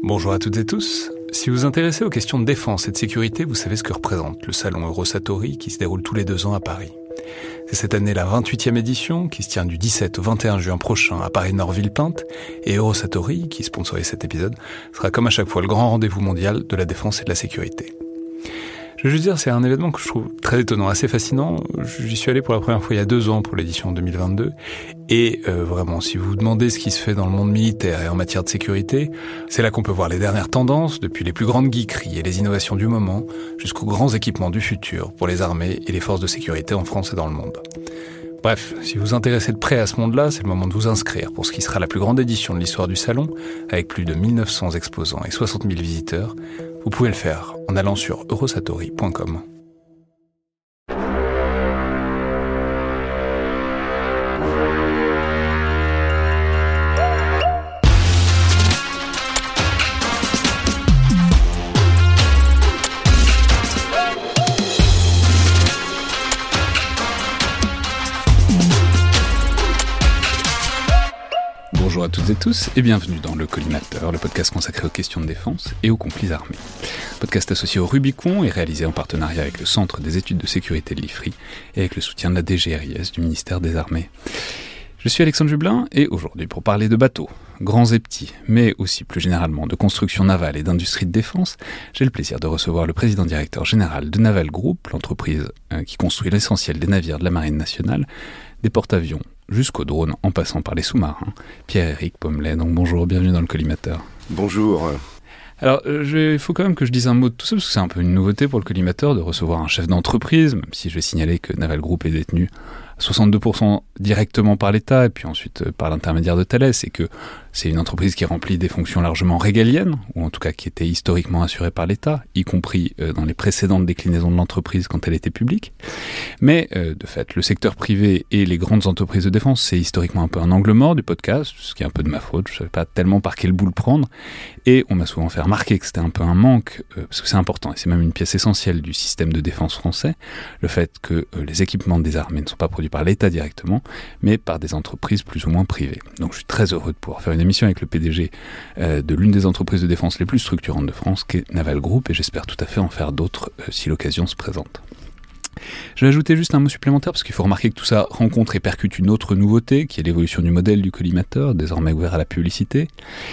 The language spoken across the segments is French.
Bonjour à toutes et tous. Si vous vous intéressez aux questions de défense et de sécurité, vous savez ce que représente le salon Eurosatory qui se déroule tous les 2 ans à Paris. C'est cette année la 28e édition qui se tient du 17 au 21 juin prochain à Paris-Nord-Villepinte, et Eurosatory, qui sponsorise cet épisode, sera comme à chaque fois le grand rendez-vous mondial de la défense et de la sécurité. Je veux juste dire, c'est un événement que je trouve très étonnant, assez fascinant. J'y suis allé pour la première fois il y a 2 ans pour l'édition 2022. Et vraiment, si vous vous demandez ce qui se fait dans le monde militaire et en matière de sécurité, c'est là qu'on peut voir les dernières tendances, depuis les plus grandes geekeries et les innovations du moment, jusqu'aux grands équipements du futur pour les armées et les forces de sécurité en France et dans le monde. Bref, si vous vous intéressez de près à ce monde-là, c'est le moment de vous inscrire pour ce qui sera la plus grande édition de l'histoire du salon, avec plus de 1900 exposants et 60 000 visiteurs. Vous pouvez le faire en allant sur eurosatory.com. Bonjour à toutes et tous et bienvenue dans Le Collimateur, le podcast consacré aux questions de défense et aux conflits armés. Podcast associé au Rubicon et réalisé en partenariat avec le Centre des études de sécurité de l'IFRI et avec le soutien de la DGRIS du ministère des Armées. Je suis Alexandre Jublin et aujourd'hui pour parler de bateaux, grands et petits, mais aussi plus généralement de construction navale et d'industrie de défense, j'ai le plaisir de recevoir le président directeur général de Naval Group, l'entreprise qui construit l'essentiel des navires de la Marine nationale, des porte-avions jusqu'aux drones en passant par les sous-marins, Pierre-Éric Pommelet. Donc bonjour, bienvenue dans le Collimateur. Bonjour. Alors, il faut quand même que je dise un mot de tout ça, parce que c'est un peu une nouveauté pour le Collimateur de recevoir un chef d'entreprise, même si je vais signaler que Naval Group est détenu à 62% directement par l'État, et puis ensuite par l'intermédiaire de Thales, et que c'est une entreprise qui remplit des fonctions largement régaliennes, ou en tout cas qui étaient historiquement assurées par l'État, y compris dans les précédentes déclinaisons de l'entreprise quand elle était publique. Mais de fait, le secteur privé et les grandes entreprises de défense, c'est historiquement un peu un angle mort du podcast, ce qui est un peu de ma faute, je ne savais pas tellement par quel bout le prendre, et on m'a souvent fait remarquer que c'était un peu un manque, parce que c'est important, et c'est même une pièce essentielle du système de défense français, le fait que les équipements des armées ne sont pas produits par l'État directement, mais par des entreprises plus ou moins privées. Donc je suis très heureux de pouvoir faire une émission avec le PDG de l'une des entreprises de défense les plus structurantes de France, qui est Naval Group, et j'espère tout à fait en faire d'autres si l'occasion se présente. Je vais ajouter juste un mot supplémentaire parce qu'il faut remarquer que tout ça rencontre et percute une autre nouveauté qui est l'évolution du modèle du collimateur, désormais ouvert à la publicité.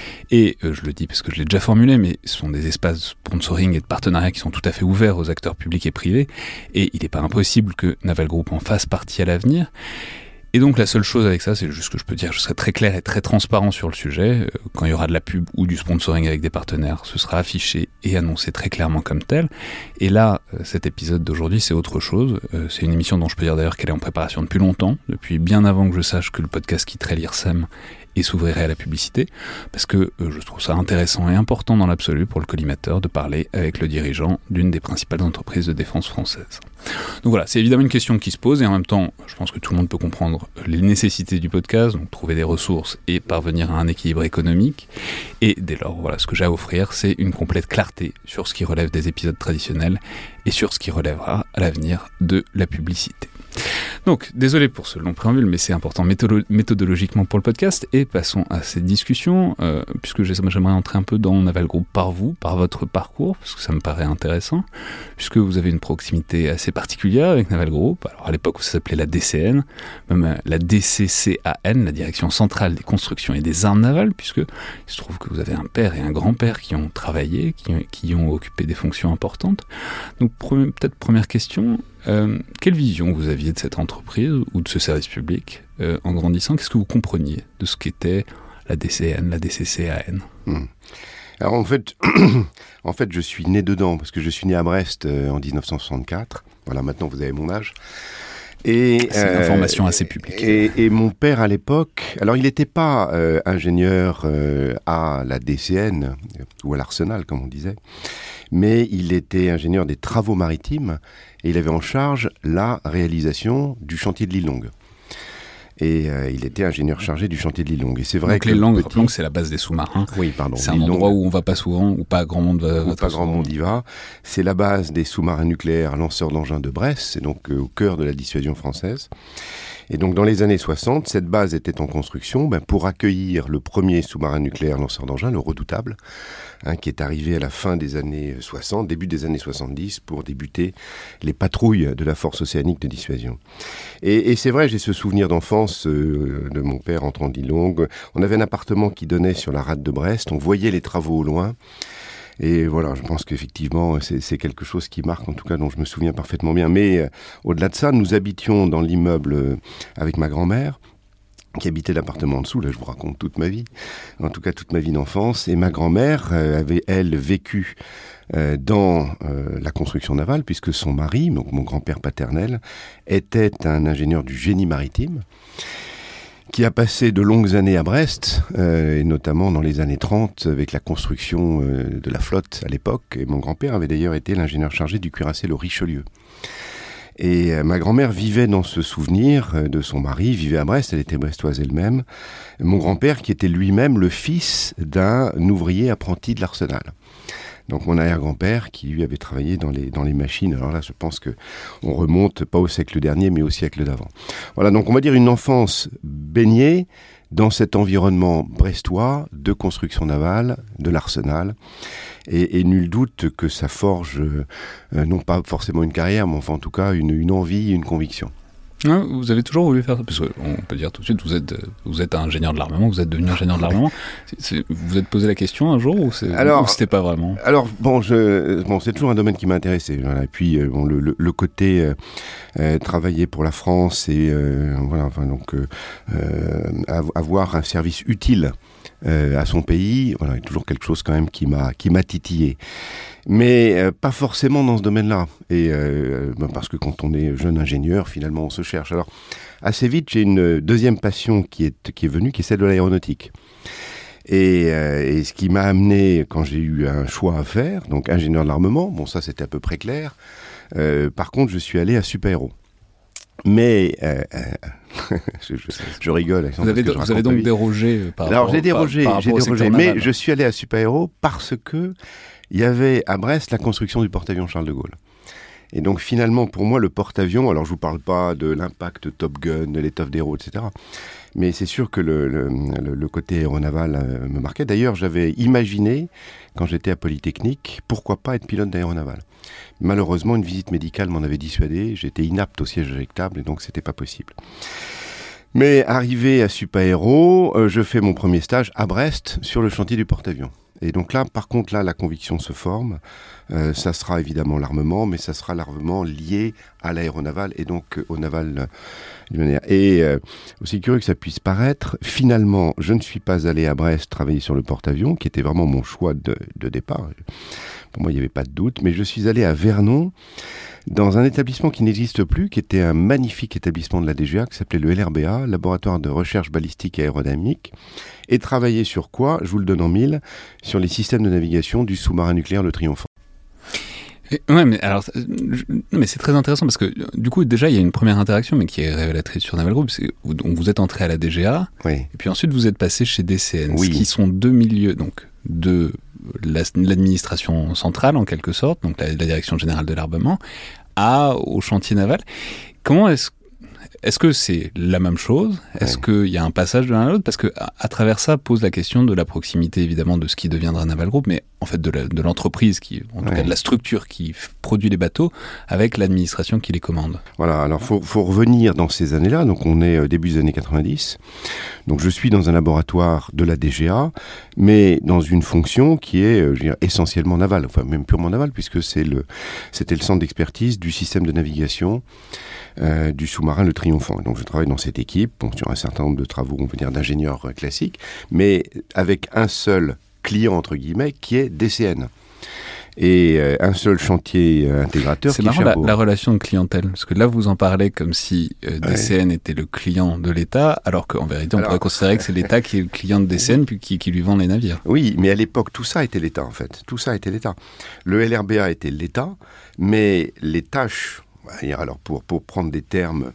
Et je le dis parce que je l'ai déjà formulé, mais ce sont des espaces sponsoring et de partenariat qui sont tout à fait ouverts aux acteurs publics et privés. Et il n'est pas impossible que Naval Group en fasse partie à l'avenir. Et donc la seule chose avec ça, c'est juste que je peux dire, je serai très clair et très transparent sur le sujet. Quand il y aura de la pub ou du sponsoring avec des partenaires, ce sera affiché et annoncé très clairement comme tel. Et là, cet épisode d'aujourd'hui, c'est autre chose. C'est une émission dont je peux dire d'ailleurs qu'elle est en préparation depuis longtemps, depuis bien avant que je sache que le podcast quitterait l'IRSEM et s'ouvrirait à la publicité, parce que je trouve ça intéressant et important dans l'absolu pour le collimateur de parler avec le dirigeant d'une des principales entreprises de défense françaises. Donc voilà, c'est évidemment une question qui se pose, et en même temps, je pense que tout le monde peut comprendre les nécessités du podcast, donc trouver des ressources et parvenir à un équilibre économique, et dès lors, voilà, ce que j'ai à offrir, c'est une complète clarté sur ce qui relève des épisodes traditionnels et sur ce qui relèvera à l'avenir de la publicité. Donc, désolé pour ce long préambule, mais c'est important méthodologiquement pour le podcast, et passons à cette discussion, puisque j'aimerais entrer un peu dans Naval Group par vous, par votre parcours, parce que ça me paraît intéressant, puisque vous avez une proximité assez particulière avec Naval Group. Alors à l'époque, ça s'appelait la DCN, même la DCCAN, la Direction Centrale des Constructions et des Armes Navales, puisque il se trouve que vous avez un père et un grand-père qui ont travaillé, qui ont occupé des fonctions importantes. Donc peut-être première question, quelle vision vous aviez de cette entreprise ou de ce service public en grandissant? Qu'est-ce que vous compreniez de ce qu'était la DCN, la DCCAN? Alors en fait, je suis né dedans, parce que je suis né à Brest en 1964. Voilà, maintenant vous avez mon âge. Et, c'est une information assez publique. Et mon père à l'époque, alors il n'était pas ingénieur à la DCN, ou à l'Arsenal comme on disait, mais il était ingénieur des travaux maritimes, et il avait en charge la réalisation du chantier de l'île Longue. Et il était ingénieur chargé du chantier de l'île Longue. Et c'est vrai donc que l'île Longue, c'est la base des sous-marins. Oui, pardon. C'est un endroit où on va pas souvent, où pas grand monde va. Où pas grand monde y va. C'est la base des sous-marins nucléaires lanceurs d'engins de Brest. C'est donc au cœur de la dissuasion française. Et donc dans les années 60, cette base était en construction pour accueillir le premier sous-marin nucléaire lanceur d'engins, le Redoutable, qui est arrivé à la fin des années 60, début des années 70, pour débuter les patrouilles de la force océanique de dissuasion. Et c'est vrai, j'ai ce souvenir d'enfance de mon père entrant de Lille-Longue. On avait un appartement qui donnait sur la rade de Brest, on voyait les travaux au loin. Et voilà, je pense qu'effectivement, c'est quelque chose qui marque, en tout cas, dont je me souviens parfaitement bien. Mais au-delà de ça, nous habitions dans l'immeuble avec ma grand-mère, qui habitait l'appartement en dessous. Là, je vous raconte toute ma vie, en tout cas toute ma vie d'enfance. Et ma grand-mère avait, elle, vécu dans la construction navale, puisque son mari, donc mon grand-père paternel, était un ingénieur du génie maritime, qui a passé de longues années à Brest, et notamment dans les années 30, avec la construction de la flotte à l'époque. Et mon grand-père avait d'ailleurs été l'ingénieur chargé du cuirassé le Richelieu. Et ma grand-mère vivait dans ce souvenir de son mari, vivait à Brest, elle était brestoise elle-même. Mon grand-père qui était lui-même le fils d'un ouvrier apprenti de l'Arsenal. Donc mon arrière-grand-père qui lui avait travaillé dans les machines. Alors là, je pense qu'on remonte pas au siècle dernier, mais au siècle d'avant. Voilà, donc on va dire une enfance baignée dans cet environnement brestois de construction navale, de l'Arsenal. Et nul doute que ça forge, non pas forcément une carrière, mais enfin en tout cas une envie, une conviction. Ah, vous avez toujours voulu faire ça, parce qu'on peut dire tout de suite, vous êtes ingénieur de l'armement, vous êtes devenu ingénieur de l'armement. Vous vous êtes posé la question un jour ou c'était pas vraiment? Alors bon, c'est toujours un domaine qui m'a intéressé. Voilà. Et puis le côté travailler pour la France et avoir un service utile à son pays, voilà, est toujours quelque chose quand même qui m'a titillé. Mais pas forcément dans ce domaine-là. Et parce que quand on est jeune ingénieur, finalement, on se cherche. Alors, assez vite, j'ai une deuxième passion qui est venue, qui est celle de l'aéronautique. Et ce qui m'a amené, quand j'ai eu un choix à faire, donc ingénieur de l'armement, bon, ça c'était à peu près clair. Par contre, je suis allé à Supaéro. Mais je rigole. Vous avez donc dérogé par rapport. Alors j'ai dérogé, mais je suis allé à Supaéro parce que il y avait à Brest la construction du porte-avions Charles de Gaulle. Et donc finalement, pour moi, le porte-avions, alors je vous parle pas de l'impact Top Gun, de l'étoffe d'héros, etc. Mais c'est sûr que le côté aéronaval me marquait. D'ailleurs, j'avais imaginé, quand j'étais à Polytechnique, pourquoi pas être pilote d'aéronaval. Malheureusement, une visite médicale m'en avait dissuadé. J'étais inapte au siège éjectable et donc c'était pas possible. Mais arrivé à Supaéro, je fais mon premier stage à Brest sur le chantier du porte-avions. Et donc là, par contre, la conviction se forme. Ça sera évidemment l'armement, mais ça sera l'armement lié à l'aéronaval et donc au naval d'une manière. Et aussi curieux que ça puisse paraître, finalement, je ne suis pas allé à Brest travailler sur le porte-avions, qui était vraiment mon choix de départ. Pour moi, il n'y avait pas de doute. Mais je suis allé à Vernon, dans un établissement qui n'existe plus, qui était un magnifique établissement de la DGA, qui s'appelait le LRBA, Laboratoire de Recherche Balistique et Aérodynamique, et travailler sur quoi, je vous le donne en mille, sur les systèmes de navigation du sous-marin nucléaire le Triomphant. Ouais, mais alors, mais c'est très intéressant parce que du coup, déjà, il y a une première interaction, mais qui est révélatrice sur Naval Group. Donc, vous êtes entré à la DGA, oui. Et puis ensuite, vous êtes passé chez DCN, oui. Qui sont deux milieux, donc de l'administration centrale en quelque sorte, donc la direction générale de l'armement, au chantier naval. Comment est-ce que c'est la même chose? Est-ce qu'il y a un passage de l'un à l'autre? Parce que à travers ça pose la question de la proximité évidemment de ce qui deviendra Naval Group, mais en fait de l'entreprise en tout cas de la structure qui produit les bateaux avec l'administration qui les commande. Voilà, alors faut revenir dans ces années-là, donc on est au début des années 90, donc je suis dans un laboratoire de la DGA, mais dans une fonction qui est essentiellement navale, enfin même purement navale, puisque c'était le centre d'expertise du système de navigation du sous-marin le Triomphant. Donc je travaille dans cette équipe, sur un certain nombre de travaux, on peut dire d'ingénieurs classiques, mais avec un seul client, entre guillemets, qui est DCN. Et un seul chantier intégrateur qui est Cherbourg. C'est marrant la relation de clientèle, parce que là vous en parlez comme si DCN était le client de l'État, alors qu'en vérité on pourrait considérer que c'est l'État qui est le client de DCN puis qui lui vend les navires. Oui, mais à l'époque tout ça était l'État en fait, tout ça était l'État. Le LRBA était l'État, mais les tâches... Alors pour prendre des termes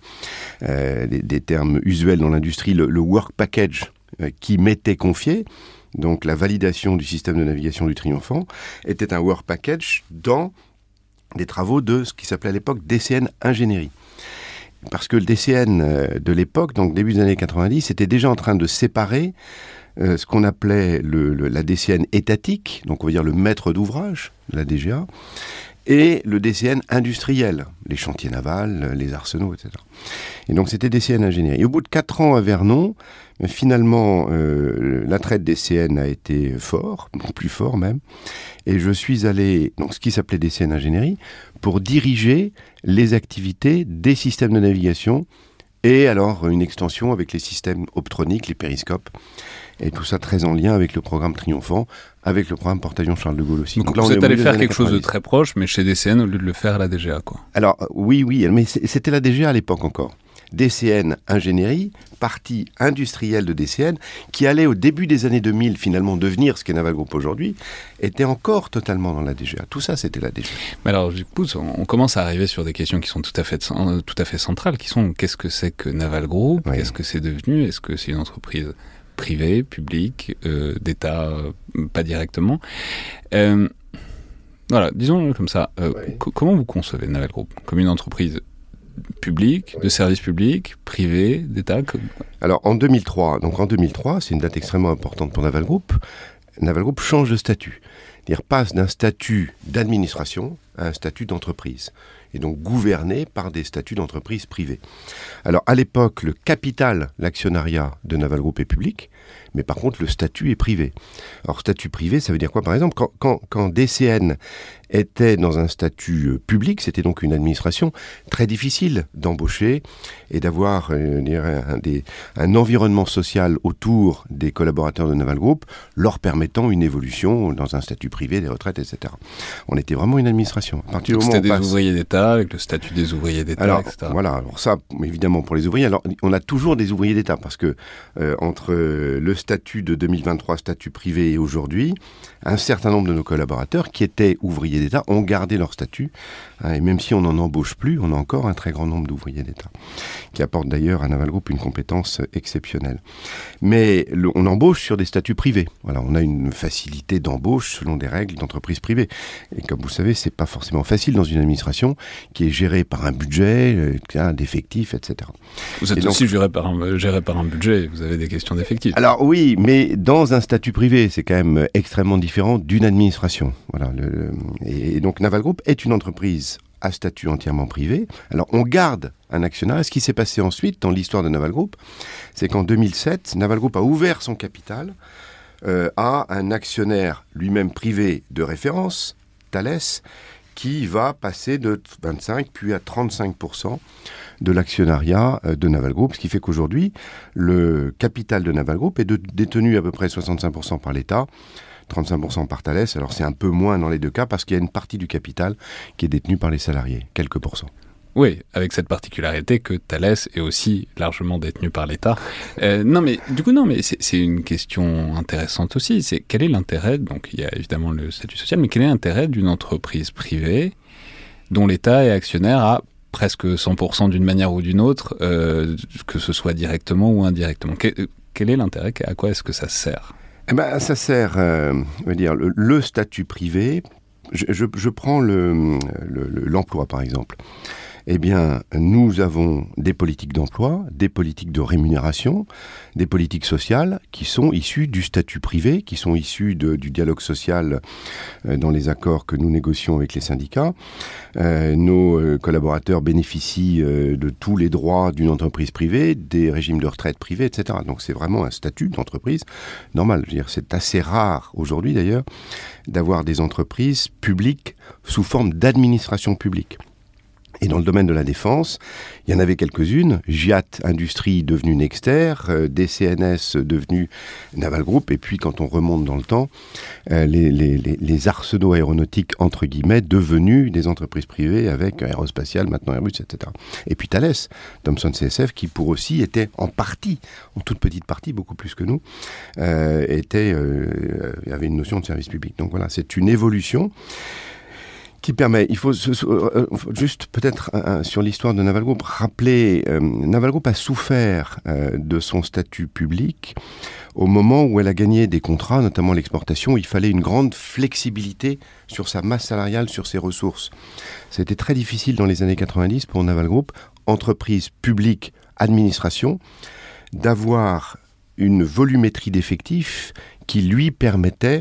usuels dans l'industrie, le work package qui m'était confié, donc la validation du système de navigation du Triomphant, était un work package dans des travaux de ce qui s'appelait à l'époque DCN Ingénierie. parce que le DCN de l'époque, donc début des années 90, était déjà en train de séparer ce qu'on appelait la DCN étatique, donc on va dire le maître d'ouvrage de la DGA, et le DCN industriel, les chantiers navals, les arsenaux, etc. Et donc c'était DCN ingénierie. Et au bout de 4 ans à Vernon, finalement, l'attrait de DCN a été fort, plus fort même, et je suis allé, donc ce qui s'appelait DCN ingénierie, pour diriger les activités des systèmes de navigation, et alors une extension avec les systèmes optroniques, les périscopes, et tout ça très en lien avec le programme Triomphant, avec le programme Porte-Avions Charles de Gaulle aussi. Donc là, vous êtes allé faire quelque chose de très proche, mais chez DCN au lieu de le faire à la DGA, quoi. Alors oui, mais c'était la DGA à l'époque encore. DCN ingénierie, partie industrielle de DCN, qui allait au début des années 2000 finalement devenir ce qu'est Naval Group aujourd'hui, était encore totalement dans la DGA. Tout ça, c'était la DGA. Mais alors, du coup, on commence à arriver sur des questions qui sont tout à fait centrales, qui sont qu'est-ce que c'est que Naval Group, Oui. Qu'est-ce que c'est devenu, est-ce que c'est une entreprise privée, publique, d'État, pas directement. Voilà, disons comme ça. Oui. Comment vous concevez Naval Group? Comme une entreprise public, de service public, privé, d'État? Alors en 2003, c'est une date extrêmement importante pour Naval Group change de statut. C'est-à-dire passe d'un statut d'administration à un statut d'entreprise. Et donc gouverné par des statuts d'entreprise privée. Alors à l'époque, le capital, l'actionnariat de Naval Group est public, mais par contre le statut est privé. Alors statut privé, ça veut dire quoi? Par exemple, quand DCN était dans un statut public, c'était donc une administration très difficile d'embaucher et d'avoir un environnement social autour des collaborateurs de Naval Group, leur permettant une évolution dans un statut privé, des retraites, etc. On était vraiment une administration. À partir donc du moment c'était où on des passe... ouvriers d'État, avec le statut des ouvriers d'État, Alors, etc. voilà, alors ça, évidemment, pour les ouvriers, alors on a toujours des ouvriers d'État, parce que entre le statut de 2023, statut privé, et aujourd'hui, un certain nombre de nos collaborateurs qui étaient ouvriers d'État ont gardé leur statut, hein, et même si on n'en embauche plus, on a encore un très grand nombre d'ouvriers d'État, qui apportent d'ailleurs à Naval Group une compétence exceptionnelle. Mais on embauche sur des statuts privés. Voilà, on a une facilité d'embauche selon des règles d'entreprise privée. Et comme vous savez, c'est pas forcément facile dans une administration qui est gérée par un budget, qui a d'effectifs, etc. Vous êtes aussi géré par un budget, vous avez des questions d'effectifs. Alors oui, mais dans un statut privé, c'est quand même extrêmement différent d'une administration. Voilà, et donc Naval Group est une entreprise à statut entièrement privé. Alors on garde un actionnaire. Et ce qui s'est passé ensuite dans l'histoire de Naval Group, c'est qu'en 2007, Naval Group a ouvert son capital à un actionnaire lui-même privé de référence, Thales, qui va passer de 25 puis à 35% de l'actionnariat de Naval Group, ce qui fait qu'aujourd'hui, le capital de Naval Group est détenu à peu près 65% par l'État, 35% par Thales. Alors c'est un peu moins dans les deux cas parce qu'il y a une partie du capital qui est détenue par les salariés, quelques pourcents. Oui, avec cette particularité que Thales est aussi largement détenu par l'État. Non, mais c'est une question intéressante aussi. C'est quel est l'intérêt? Donc, il y a évidemment le statut social, mais quel est l'intérêt d'une entreprise privée dont l'État est actionnaire à presque 100% d'une manière ou d'une autre, que ce soit directement ou indirectement? Quel est l'intérêt? À quoi est-ce que ça sert? Eh ben, ça sert, le statut privé. Je prends l'emploi, par exemple. Eh bien, nous avons des politiques d'emploi, des politiques de rémunération, des politiques sociales qui sont issues du statut privé, qui sont issues du dialogue social dans les accords que nous négocions avec les syndicats. Nos collaborateurs bénéficient de tous les droits d'une entreprise privée, des régimes de retraite privés, etc. Donc c'est vraiment un statut d'entreprise normal. Je veux dire, c'est assez rare aujourd'hui d'ailleurs d'avoir des entreprises publiques sous forme d'administration publique. Et dans le domaine de la défense, il y en avait quelques-unes. GIAT Industrie devenue Nexter, DCNS devenu Naval Group, et puis quand on remonte dans le temps, les arsenaux aéronautiques, entre guillemets, devenus des entreprises privées avec Aérospatiale, maintenant Airbus, etc. Et puis Thales, Thomson CSF, qui pour aussi était en partie, en toute petite partie, beaucoup plus que nous, avait une notion de service public. Donc voilà, c'est une évolution qui permet, il faut juste peut-être sur l'histoire de Naval Group, rappeler, Naval Group a souffert de son statut public au moment où elle a gagné des contrats, notamment l'exportation, où il fallait une grande flexibilité sur sa masse salariale, sur ses ressources. C'était très difficile dans les années 90 pour Naval Group, entreprise publique, administration, d'avoir une volumétrie d'effectifs qui lui permettait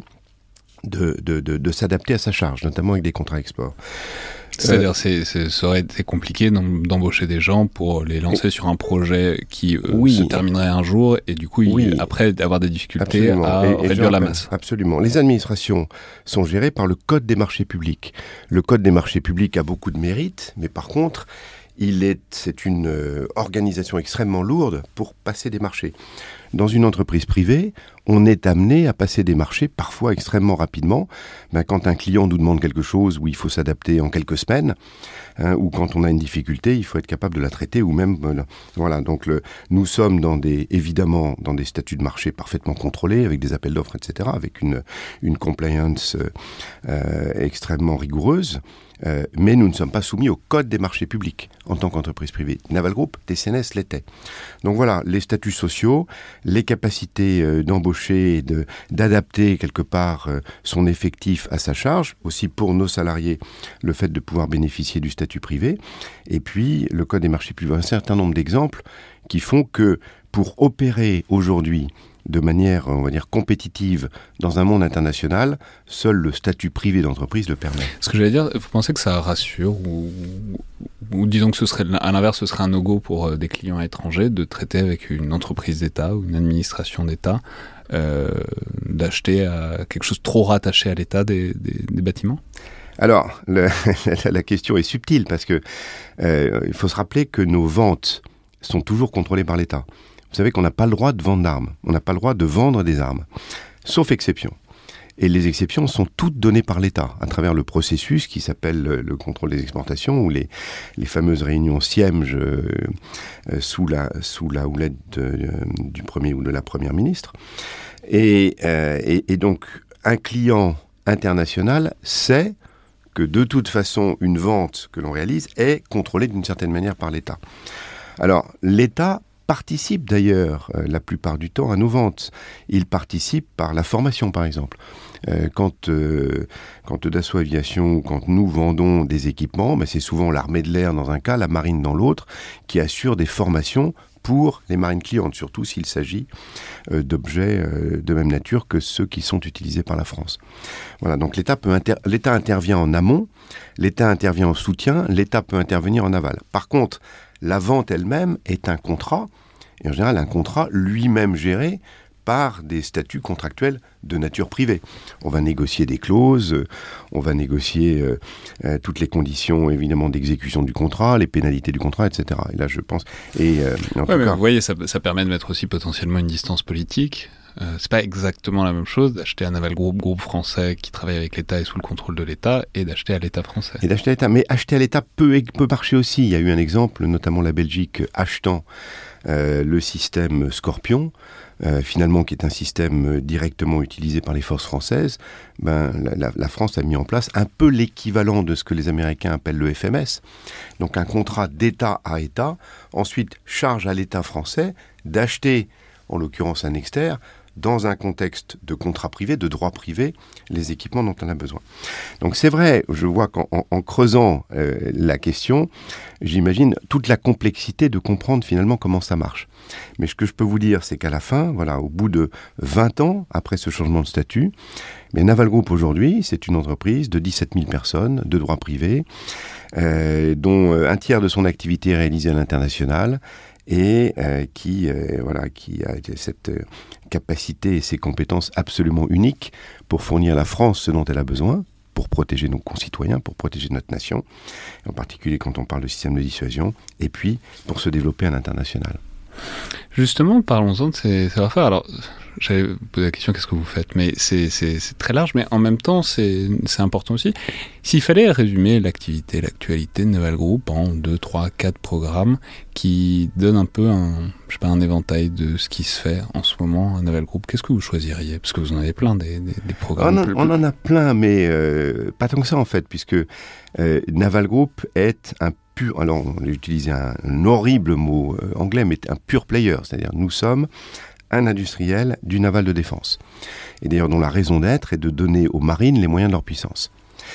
de s'adapter à sa charge, notamment avec des contrats export. C'est-à-dire, ça aurait été compliqué d'embaucher des gens pour les lancer sur un projet qui se terminerait un jour et du coup, après, avoir des difficultés à réduire la masse. Absolument. Les administrations sont gérées par le Code des marchés publics. Le Code des marchés publics a beaucoup de mérites, mais par contre, c'est une organisation extrêmement lourde pour passer des marchés. Dans une entreprise privée, on est amené à passer des marchés parfois extrêmement rapidement. Quand un client nous demande quelque chose où il faut s'adapter en quelques semaines, ou quand on a une difficulté, il faut être capable de la traiter, ou même... voilà, donc nous sommes évidemment dans des statuts de marché parfaitement contrôlés, avec des appels d'offres, etc., avec une compliance extrêmement rigoureuse. Mais nous ne sommes pas soumis au Code des marchés publics en tant qu'entreprise privée. Naval Group, TCNS l'était. Donc voilà, les statuts sociaux, les capacités d'embaucher et d'adapter quelque part son effectif à sa charge, aussi pour nos salariés, le fait de pouvoir bénéficier du statut privé, et puis le Code des marchés publics. Un certain nombre d'exemples qui font que pour opérer aujourd'hui de manière, on va dire, compétitive dans un monde international, seul le statut privé d'entreprise le permet. Ce que j'allais dire, vous pensez que ça rassure ou disons que ce serait, à l'inverse, ce serait un no-go pour des clients étrangers de traiter avec une entreprise d'État ou une administration d'État, d'acheter à quelque chose trop rattaché à l'État des bâtiments ? Alors, la question est subtile parce que il faut se rappeler que nos ventes sont toujours contrôlées par l'État. Vous savez qu'on n'a pas le droit de vendre d'armes, on n'a pas le droit de vendre des armes, sauf exception. Et les exceptions sont toutes données par l'État, à travers le processus qui s'appelle le contrôle des exportations, ou les fameuses réunions SIEMG sous la houlette du Premier ou de la Première ministre. Et donc, un client international sait que de toute façon, une vente que l'on réalise est contrôlée d'une certaine manière par l'État. Alors, l'État participe d'ailleurs la plupart du temps à nos ventes. Il participe par la formation, par exemple. Quand Dassault Aviation, quand nous vendons des équipements, c'est souvent l'armée de l'air dans un cas, la marine dans l'autre, qui assure des formations pour les marines clientes, surtout s'il s'agit d'objets de même nature que ceux qui sont utilisés par la France. Voilà, donc l'État intervient en amont, l'État intervient en soutien, l'État peut intervenir en aval. Par contre, la vente elle-même est un contrat, et en général un contrat lui-même géré par des statuts contractuels de nature privée. On va négocier des clauses, on va négocier toutes les conditions évidemment d'exécution du contrat, les pénalités du contrat, etc. Et là je pense... Vous voyez, ça permet de mettre aussi potentiellement une distance politique. C'est pas exactement la même chose d'acheter à Naval Group français qui travaille avec l'État et sous le contrôle de l'État, et d'acheter à l'État français. Et d'acheter à l'État, mais acheter à l'État peut marcher aussi. Il y a eu un exemple, notamment la Belgique achetant le système Scorpion, finalement qui est un système directement utilisé par les forces françaises. La France a mis en place un peu l'équivalent de ce que les Américains appellent le FMS, donc un contrat d'État à État, ensuite charge à l'État français d'acheter, en l'occurrence un Nexter, dans un contexte de contrat privé, de droit privé, les équipements dont on a besoin. Donc c'est vrai, je vois qu'en creusant la question, j'imagine toute la complexité de comprendre finalement comment ça marche. Mais ce que je peux vous dire, c'est qu'à la fin, voilà, au bout de 20 ans, après ce changement de statut, Naval Group aujourd'hui, c'est une entreprise de 17 000 personnes, de droit privé, dont un tiers de son activité est réalisée à l'international, et qui a cette capacité et ces compétences absolument uniques pour fournir à la France ce dont elle a besoin, pour protéger nos concitoyens, pour protéger notre nation, en particulier quand on parle de système de dissuasion, et puis pour se développer à l'international. Justement, parlons-en de ces savoir-faire. Alors, j'avais posé la question, qu'est-ce que vous faites ? Mais c'est très large, mais en même temps, c'est important aussi. S'il fallait résumer l'actualité de Naval Group en 2, 3, 4 programmes qui donnent un peu un éventail de ce qui se fait en ce moment à Naval Group, qu'est-ce que vous choisiriez ? Parce que vous en avez plein des programmes. On en a plein, mais pas tant que ça en fait, puisque Naval Group est alors on a utilisé un horrible mot anglais, mais un pure player, c'est-à-dire nous sommes un industriel du naval de défense. Et d'ailleurs dont la raison d'être est de donner aux marines les moyens de leur puissance.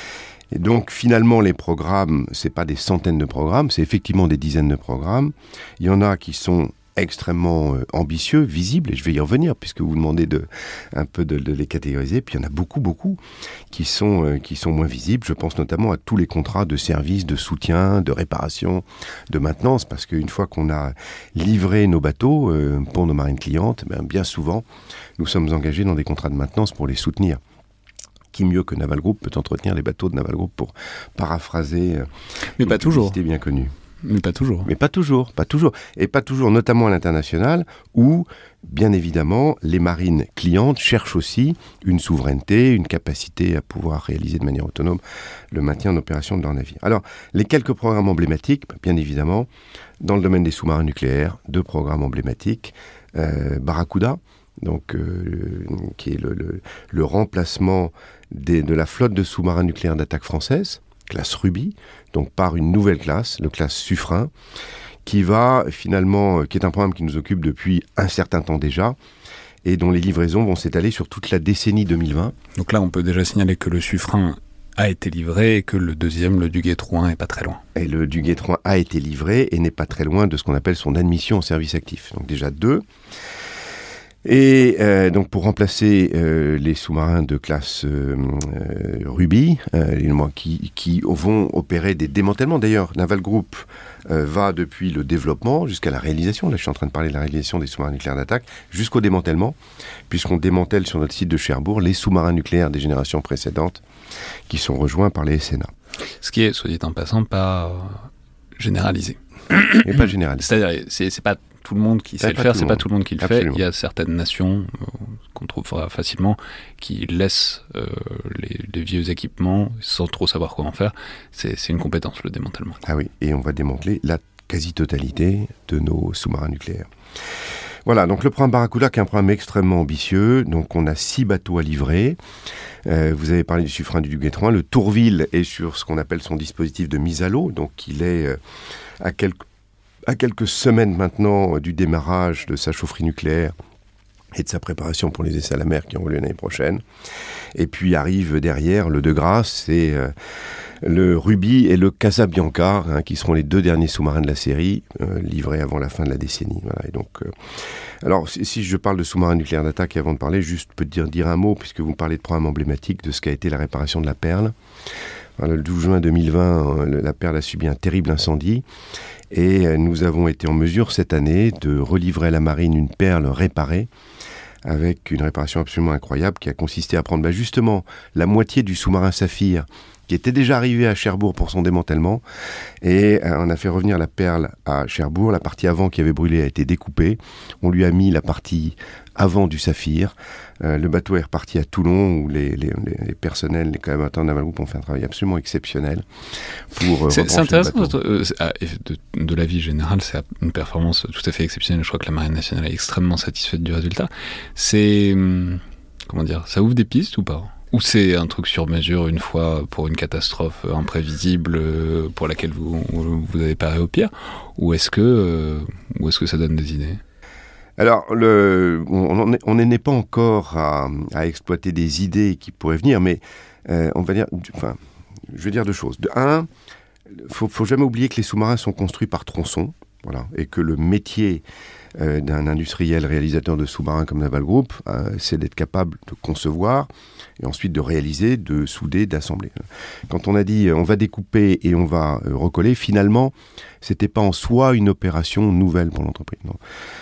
Et donc finalement les programmes, c'est pas des centaines de programmes, c'est effectivement des dizaines de programmes. Il y en a qui sont extrêmement ambitieux, visibles, et je vais y revenir puisque vous demandez un peu de les catégoriser. Puis il y en a beaucoup qui sont moins visibles. Je pense notamment à tous les contrats de service, de soutien, de réparation, de maintenance, parce qu'une fois qu'on a livré nos bateaux pour nos marines clientes, bien souvent nous sommes engagés dans des contrats de maintenance pour les soutenir. Qui mieux que Naval Group peut entretenir les bateaux de Naval Group, pour paraphraser mais pas toujours, bien connue. Mais pas toujours. Mais pas toujours. Et pas toujours, notamment à l'international, où, bien évidemment, les marines clientes cherchent aussi une souveraineté, une capacité à pouvoir réaliser de manière autonome le maintien en opération de leurs navires. Alors, les quelques programmes emblématiques, bien évidemment, dans le domaine des sous-marins nucléaires, 2 programmes emblématiques, Barracuda, donc, qui est le remplacement de la flotte de sous-marins nucléaires d'attaque française, classe Ruby, donc par une nouvelle classe, le classe Suffren, qui est un programme qui nous occupe depuis un certain temps déjà, et dont les livraisons vont s'étaler sur toute la décennie 2020. Donc là, on peut déjà signaler que le Suffren a été livré et que le deuxième, le Duguay-Trouin, est pas très loin. Et le Duguay-Trouin a été livré et n'est pas très loin de ce qu'on appelle son admission en service actif. Donc déjà 2. Et donc pour remplacer les sous-marins de classe Ruby, qui vont opérer des démantèlements. D'ailleurs, Naval Group va depuis le développement jusqu'à la réalisation. Là, je suis en train de parler de la réalisation des sous-marins nucléaires d'attaque, jusqu'au démantèlement, puisqu'on démantèle sur notre site de Cherbourg les sous-marins nucléaires des générations précédentes qui sont rejoints par les SNA. Ce qui est, soit dit en passant, pas généralisé. Et pas généralisé. C'est-à-dire, c'est pas tout le monde qui sait le faire, c'est pas tout le monde qui le fait. Il y a certaines nations qu'on trouvera facilement qui laissent les vieux équipements sans trop savoir comment faire. C'est une compétence, le démantèlement. Ah oui, et on va démanteler la quasi-totalité de nos sous-marins nucléaires. Voilà, donc le programme Barracuda qui est un programme extrêmement ambitieux. Donc on a 6 bateaux à livrer. Vous avez parlé du Suffren, du Duguay-Trouin. Le Tourville est sur ce qu'on appelle son dispositif de mise à l'eau. Donc il est à quelques semaines maintenant du démarrage de sa chaufferie nucléaire et de sa préparation pour les essais à la mer qui ont lieu l'année prochaine. Et puis arrive derrière le De Grasse, c'est le Ruby et le Casabianca, qui seront les 2 derniers sous-marins de la série, livrés avant la fin de la décennie. Voilà. Et donc, alors, si je parle de sous-marins nucléaires d'attaque, et avant de parler, juste peut dire un mot, puisque vous parlez de programme emblématique, de ce qu'a été la réparation de la Perle. Voilà, le 12 juin 2020, la Perle a subi un terrible incendie. Et nous avons été en mesure cette année de relivrer à la marine une Perle réparée, avec une réparation absolument incroyable qui a consisté à prendre justement la moitié du sous-marin Saphir qui était déjà arrivé à Cherbourg pour son démantèlement, et on a fait revenir la Perle à Cherbourg. La partie avant qui avait brûlé a été découpée, on lui a mis la partie avant du Saphir. Le bateau est reparti à Toulon, où les personnels, les collaborateurs de Naval Group ont fait un travail absolument exceptionnel pour c'est intéressant de la vie générale, c'est une performance tout à fait exceptionnelle. Je crois que la Marine nationale est extrêmement satisfaite du résultat. C'est, comment dire, ça ouvre des pistes ou pas ? Ou c'est un truc sur mesure une fois pour une catastrophe imprévisible pour laquelle vous avez paré au pire ? Ou est-ce que ça donne des idées ? Alors, on n'est pas encore à exploiter des idées qui pourraient venir, mais on va dire, je vais dire 2 choses. De un, faut jamais oublier que les sous-marins sont construits par tronçon, voilà, et que le métier d'un industriel réalisateur de sous-marins comme Naval Group, c'est d'être capable de concevoir et ensuite de réaliser, de souder, d'assembler. Quand on a dit on va découper et on va recoller, finalement, c'était pas en soi une opération nouvelle pour l'entreprise. Non.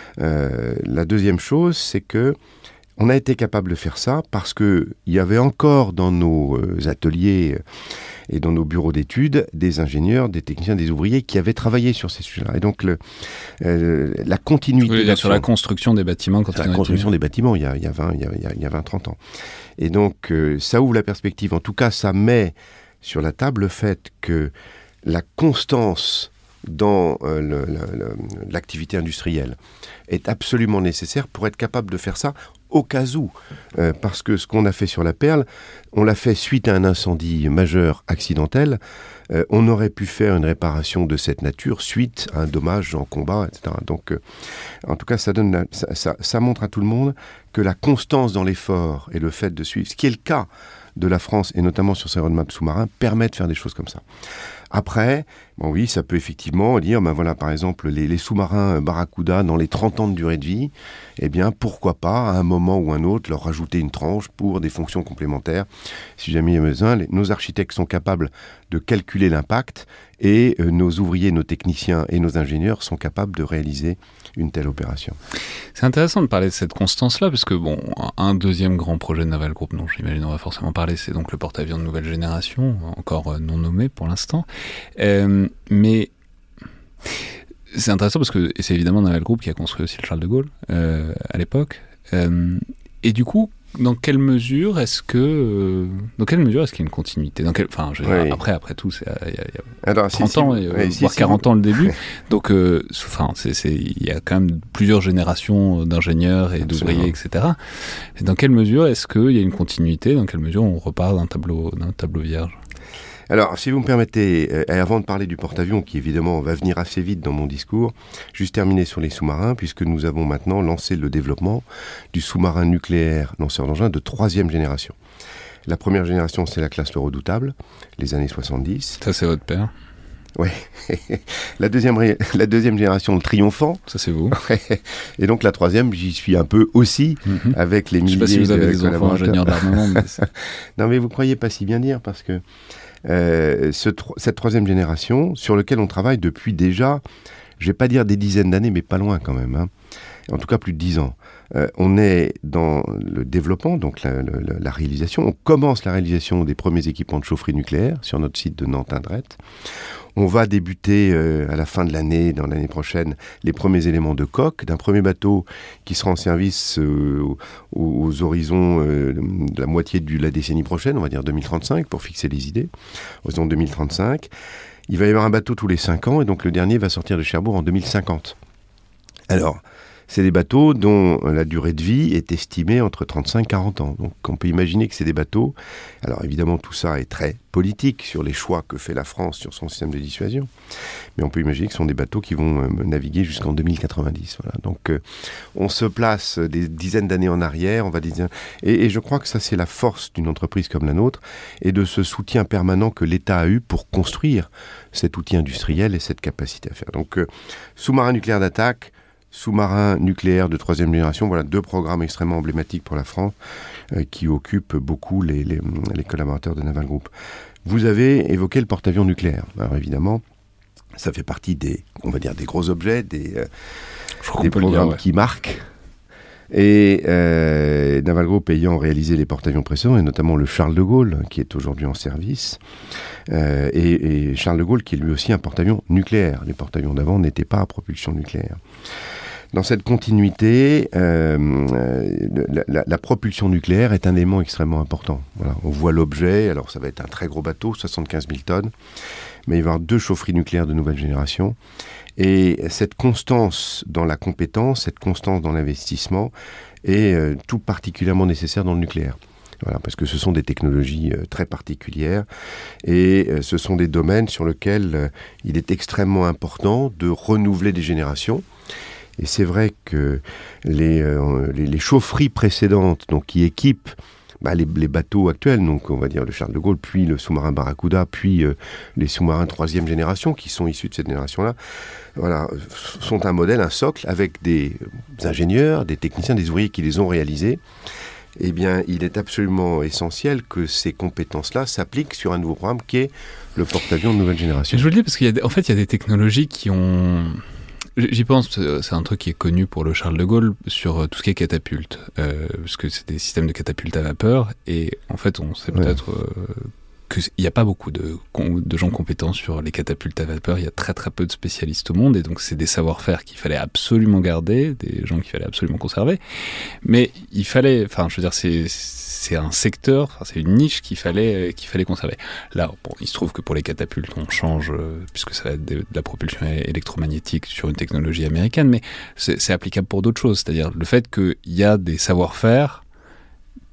La deuxième chose, c'est que on a été capable de faire ça parce que il y avait encore dans nos ateliers et dans nos bureaux d'études des ingénieurs, des techniciens, des ouvriers qui avaient travaillé sur ces sujets-là. Et donc la continuité sur la construction des bâtiments, des bâtiments il y a 20-30 ans. Et donc ça ouvre la perspective. En tout cas, ça met sur la table le fait que la constance dans l'activité industrielle est absolument nécessaire pour être capable de faire ça au cas où. Parce que ce qu'on a fait sur la Perle, on l'a fait suite à un incendie majeur accidentel. On aurait pu faire une réparation de cette nature suite à un dommage en combat, etc. Donc, en tout cas, ça montre à tout le monde que la constance dans l'effort et le fait de suivre, ce qui est le cas de la France, et notamment sur ses roadmaps sous-marins, permet de faire des choses comme ça. Après, bon oui, ça peut effectivement dire, ben voilà, par exemple, les sous-marins Barracuda, dans les 30 ans de durée de vie, eh bien, pourquoi pas, à un moment ou un autre, leur rajouter une tranche pour des fonctions complémentaires. Si jamais il y a besoin, nos architectes sont capables de calculer l'impact et nos ouvriers, nos techniciens et nos ingénieurs sont capables de réaliser une telle opération. C'est intéressant de parler de cette constance-là, parce que bon, un deuxième grand projet de Naval Group dont j'imagine on va forcément parler, c'est donc le porte-avions de nouvelle génération, encore non nommé pour l'instant. Mais c'est intéressant parce que c'est évidemment Naval Group qui a construit aussi le Charles de Gaulle à l'époque. Et du coup, dans quelle mesure est-ce qu'il y a une continuité après tout, il y a 30 ans, voire 40 ans le début. Donc, il y a quand même plusieurs générations d'ingénieurs et d'ouvriers, etc. Et dans quelle mesure est-ce qu'il y a une continuité? Dans quelle mesure on repart d'un tableau vierge? Alors, si vous me permettez, avant de parler du porte-avions, qui évidemment va venir assez vite dans mon discours, juste terminer sur les sous-marins, puisque nous avons maintenant lancé le développement du sous-marin nucléaire lanceur d'engins de 3e génération. La première génération, c'est la classe Le Redoutable, les années 70. Ça, c'est votre père. Oui. La deuxième génération, le Triomphant. Ça, c'est vous. Et donc la troisième, j'y suis un peu aussi, avec les milliers de collaborateurs. Je ne sais pas si vous avez des enfants ingénieurs d'armement. Mais non, mais vous ne croyez pas si bien dire, parce que cette troisième génération, sur laquelle on travaille depuis déjà, je ne vais pas dire des dizaines d'années, mais pas loin quand même, hein. En tout cas plus de 10 ans. On est dans le développement, donc la réalisation. On commence la réalisation des premiers équipements de chaufferie nucléaire sur notre site de Nantes-Indrette. On va débuter à la fin de l'année, dans l'année prochaine, les premiers éléments de coque d'un premier bateau qui sera en service aux horizons de la moitié de la décennie prochaine, on va dire 2035, pour fixer les idées, horizon 2035. Il va y avoir un bateau tous les 5 ans, et donc le dernier va sortir de Cherbourg en 2050. Alors, c'est des bateaux dont la durée de vie est estimée entre 35 et 40 ans. Donc on peut imaginer que c'est des bateaux... Alors évidemment, tout ça est très politique sur les choix que fait la France sur son système de dissuasion. Mais on peut imaginer que ce sont des bateaux qui vont naviguer jusqu'en 2090. Voilà. Donc on se place des dizaines d'années en arrière, on va dire... Et je crois que ça, c'est la force d'une entreprise comme la nôtre et de ce soutien permanent que l'État a eu pour construire cet outil industriel et cette capacité à faire. Donc sous-marin nucléaire d'attaque, sous-marin nucléaire de 3e génération, voilà 2 programmes extrêmement emblématiques pour la France qui occupent beaucoup les collaborateurs de Naval Group. Vous avez évoqué le porte-avions nucléaire. Alors évidemment, ça fait partie des gros objets, des programmes qui marquent. Et Naval Group ayant réalisé les porte-avions précédents, et notamment le Charles de Gaulle, qui est aujourd'hui en service, et Charles de Gaulle qui est lui aussi un porte-avions nucléaire. Les porte-avions d'avant n'étaient pas à propulsion nucléaire. Dans cette continuité, la propulsion nucléaire est un élément extrêmement important. Voilà, on voit l'objet, alors ça va être un très gros bateau, 75 000 tonnes, mais il va y avoir 2 chaufferies nucléaires de nouvelle génération. Et cette constance dans la compétence, cette constance dans l'investissement est tout particulièrement nécessaire dans le nucléaire. Voilà, parce que ce sont des technologies très particulières et ce sont des domaines sur lesquels il est extrêmement important de renouveler des générations. Et c'est vrai que les chaufferies précédentes, donc qui équipent les bateaux actuels, donc on va dire le Charles de Gaulle, puis le sous-marin Barracuda, puis les sous-marins 3e génération qui sont issus de cette génération-là, voilà, sont un modèle, un socle, avec des ingénieurs, des techniciens, des ouvriers qui les ont réalisés. Eh bien, il est absolument essentiel que ces compétences-là s'appliquent sur un nouveau programme qui est le porte-avions de nouvelle génération. Je vous le dis parce qu'il y a des technologies qui ont... J'y pense, c'est un truc qui est connu pour le Charles de Gaulle sur tout ce qui est catapulte, parce que c'est des systèmes de catapultes à vapeur, et en fait on sait peut-être qu'il n'y a pas beaucoup de gens compétents sur les catapultes à vapeur, il y a très très peu de spécialistes au monde, et donc c'est des savoir-faire qu'il fallait absolument garder, des gens qu'il fallait absolument conserver, mais il fallait, enfin je veux dire c'est un secteur, c'est une niche qu'il fallait conserver. Là, bon, il se trouve que pour les catapultes, on change, puisque ça va être de la propulsion électromagnétique sur une technologie américaine, mais c'est applicable pour d'autres choses. C'est-à-dire le fait qu'il y a des savoir-faire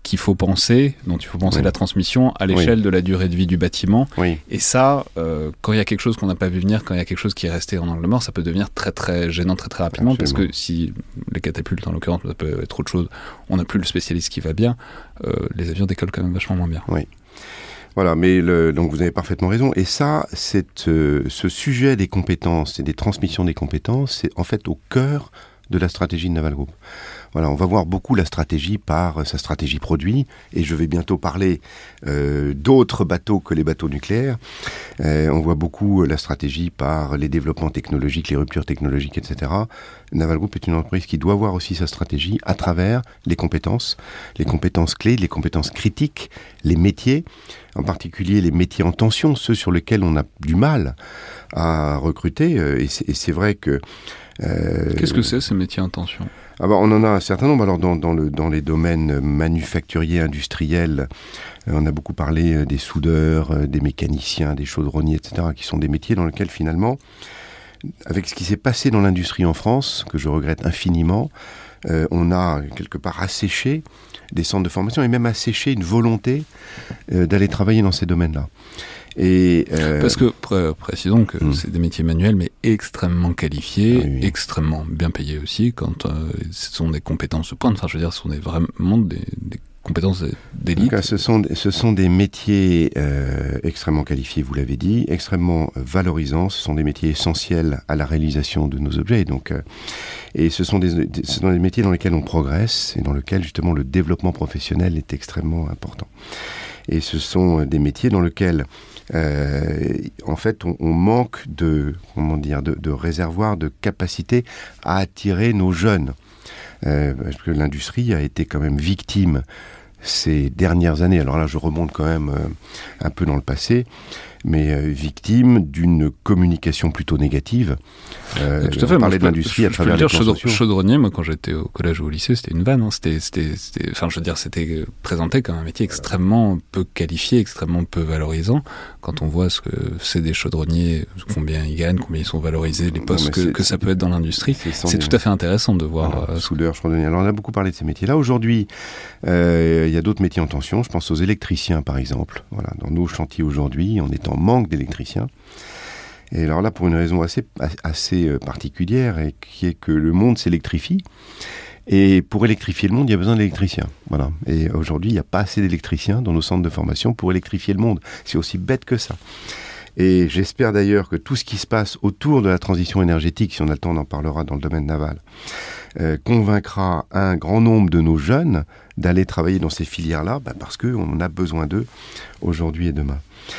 qu'il faut penser, dont il faut penser la transmission à l'échelle de la durée de vie du bâtiment. Oui. Et ça, quand il y a quelque chose qu'on n'a pas vu venir, quand il y a quelque chose qui est resté en angle mort, ça peut devenir très très gênant très très rapidement. Absolument. Parce que si les catapultes, en l'occurrence, ça peut être autre chose, on n'a plus le spécialiste qui va bien, les avions décollent quand même vachement moins bien. Oui. Voilà, mais donc vous avez parfaitement raison. Et ça, ce sujet des compétences et des transmissions des compétences, c'est en fait au cœur de la stratégie de Naval Group. Voilà, on va voir beaucoup la stratégie par sa stratégie produit, et je vais bientôt parler d'autres bateaux que les bateaux nucléaires. On voit beaucoup la stratégie par les développements technologiques, les ruptures technologiques, etc. Naval Group est une entreprise qui doit voir aussi sa stratégie à travers les compétences clés, les compétences critiques, les métiers, en particulier les métiers en tension, ceux sur lesquels on a du mal à recruter. Et c'est vrai que... Qu'est-ce que c'est, ces métiers en tension ? Alors, on en a un certain nombre. Alors, dans les domaines manufacturiers, industriels, on a beaucoup parlé des soudeurs, des mécaniciens, des chaudronniers, etc., qui sont des métiers dans lesquels, finalement, avec ce qui s'est passé dans l'industrie en France, que je regrette infiniment, on a quelque part asséché des centres de formation et même asséché une volonté d'aller travailler dans ces domaines-là. Parce que, précisons que c'est des métiers manuels, mais extrêmement qualifiés, extrêmement bien payés aussi, quand ce sont des compétences de pointe. Enfin, je veux dire, ce sont vraiment des compétences d'élite. Donc, ce sont des métiers extrêmement qualifiés, vous l'avez dit, extrêmement valorisants. Ce sont des métiers essentiels à la réalisation de nos objets. Donc, et ce sont des métiers dans lesquels on progresse et dans lesquels, justement, le développement professionnel est extrêmement important. Et ce sont des métiers dans lesquels, en fait, on manque de réservoirs, de capacité à attirer nos jeunes. Parce que l'industrie a été quand même victime ces dernières années. Alors là, je remonte quand même un peu dans le passé, mais victime d'une communication plutôt négative. Tout à fait. On parlait de l'industrie à travers les plans sociaux. Chaudronnier, moi, quand j'étais au collège ou au lycée, c'était une vanne. Hein. C'était présenté comme un métier extrêmement peu qualifié, extrêmement peu valorisant. Quand on voit ce que c'est des chaudronniers, combien ils gagnent, combien ils sont valorisés, les postes que ça peut être dans l'industrie, c'est tout à fait intéressant de voir. Soudeur, chaudronnier. Alors, on a beaucoup parlé de ces métiers-là. Aujourd'hui, il y a d'autres métiers en tension. Je pense aux électriciens, par exemple. Voilà, dans nos chantiers aujourd'hui, on est en manque d'électriciens. Et alors là, pour une raison assez particulière, et qui est que le monde s'électrifie. Et pour électrifier le monde, il y a besoin d'électriciens. Voilà. Et aujourd'hui, il n'y a pas assez d'électriciens dans nos centres de formation pour électrifier le monde. C'est aussi bête que ça. Et j'espère d'ailleurs que tout ce qui se passe autour de la transition énergétique, si on a le temps, on en parlera dans le domaine naval, convaincra un grand nombre de nos jeunes d'aller travailler dans ces filières-là, parce qu'on a besoin d'eux aujourd'hui et demain.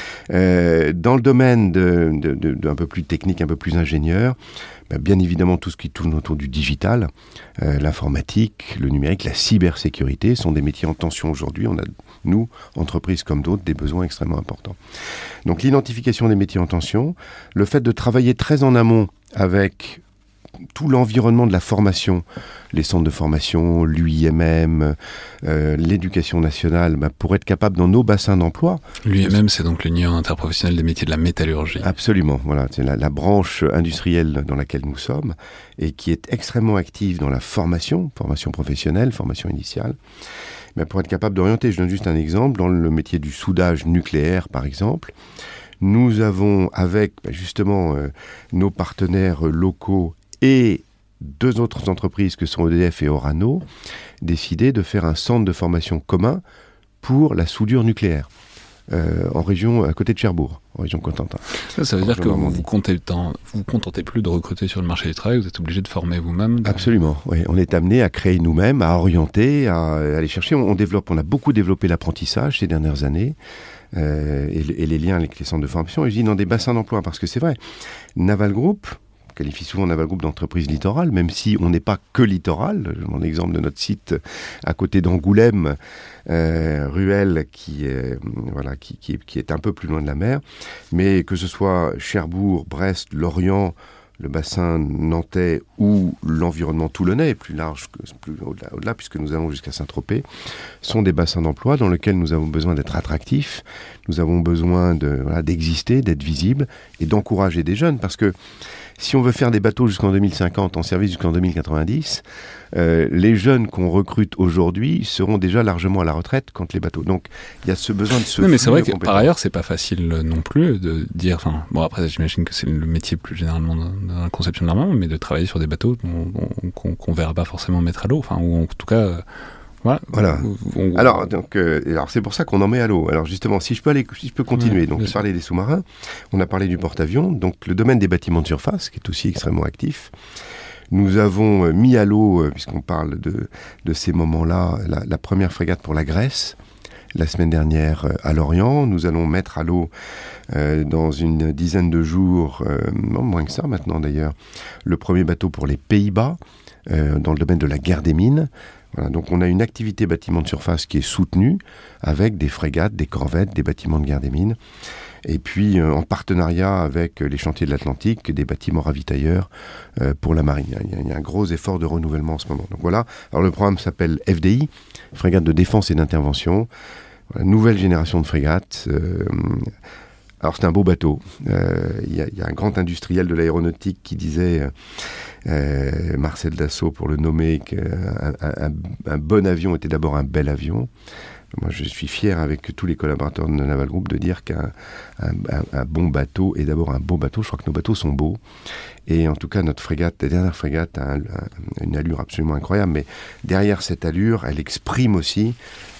Dans le domaine un peu plus technique, un peu plus ingénieur, bien évidemment tout ce qui tourne autour du digital, l'informatique, le numérique, la cybersécurité sont des métiers en tension aujourd'hui. On a, nous, entreprises comme d'autres, des besoins extrêmement importants. Donc l'identification des métiers en tension, le fait de travailler très en amont avec tout l'environnement de la formation, les centres de formation, l'UIMM, l'éducation nationale, pour être capable dans nos bassins d'emploi. L'UIMM, c'est donc l'Union interprofessionnelle des métiers de la métallurgie. Absolument, voilà, c'est la branche industrielle dans laquelle nous sommes et qui est extrêmement active dans la formation professionnelle, formation initiale. Mais pour être capable d'orienter, je donne juste un exemple, dans le métier du soudage nucléaire, par exemple, nous avons, avec justement nos partenaires locaux et deux autres entreprises que sont EDF et Orano, décidé de faire un centre de formation commun pour la soudure nucléaire en région à côté de Cherbourg, en région Cotentin. Ça veut dire que vous vous contentez plus de recruter sur le marché du travail, vous êtes obligé de former vous-même. Absolument, oui. On est amené à créer nous-mêmes, à orienter, à aller chercher. On a beaucoup développé l'apprentissage ces dernières années. Et les liens avec les centres de formation, et je dis dans des bassins d'emploi, parce que c'est vrai, Naval Group qualifie souvent Naval Group d'entreprise littorale, même si on n'est pas que littoral. Mon exemple de notre site à côté d'Angoulême, Ruelle, qui est un peu plus loin de la mer, mais que ce soit Cherbourg, Brest, Lorient, le bassin nantais ou l'environnement toulonnais, plus large, plus au-delà, puisque nous allons jusqu'à Saint-Tropez, sont des bassins d'emploi dans lesquels nous avons besoin d'être attractifs, nous avons besoin d'exister, d'être visibles et d'encourager des jeunes, parce que si on veut faire des bateaux jusqu'en 2050, en service jusqu'en 2090, les jeunes qu'on recrute aujourd'hui seront déjà largement à la retraite quand les bateaux. Donc il y a ce besoin de se. Oui, mais c'est vrai que par ailleurs, c'est pas facile non plus de dire. Enfin, bon, après, j'imagine que c'est le métier plus généralement dans la conception de l'armement, mais de travailler sur des bateaux qu'on verra pas forcément mettre à l'eau. Enfin, ou en tout cas. Voilà. Alors c'est pour ça qu'on en met à l'eau. Alors justement, si je peux continuer. Donc, je parlais des sous-marins. On a parlé du porte-avions. Donc, le domaine des bâtiments de surface, qui est aussi extrêmement actif. Nous avons mis à l'eau, puisqu'on parle de ces moments-là, la première frégate pour la Grèce, la semaine dernière à Lorient. Nous allons mettre à l'eau dans une dizaine de jours, non moins que ça maintenant d'ailleurs, le premier bateau pour les Pays-Bas, dans le domaine de la guerre des mines. Voilà, donc on a une activité bâtiment de surface qui est soutenue avec des frégates, des corvettes, des bâtiments de guerre des mines. Et puis en partenariat avec les chantiers de l'Atlantique, des bâtiments ravitailleurs pour la marine. Il y a un gros effort de renouvellement en ce moment. Donc voilà, alors le programme s'appelle FDI, Frégate de défense et d'intervention. Voilà, nouvelle génération de frégates. Alors c'est un beau bateau. Il y a un grand industriel de l'aéronautique qui disait, Marcel Dassault pour le nommer, qu'un bon avion était d'abord un bel avion. Moi, je suis fier avec tous les collaborateurs de Naval Group de dire qu'un bon bateau est d'abord un beau bateau. Je crois que nos bateaux sont beaux. Et en tout cas, notre frégate, la dernière frégate, a une allure absolument incroyable. Mais derrière cette allure, elle exprime aussi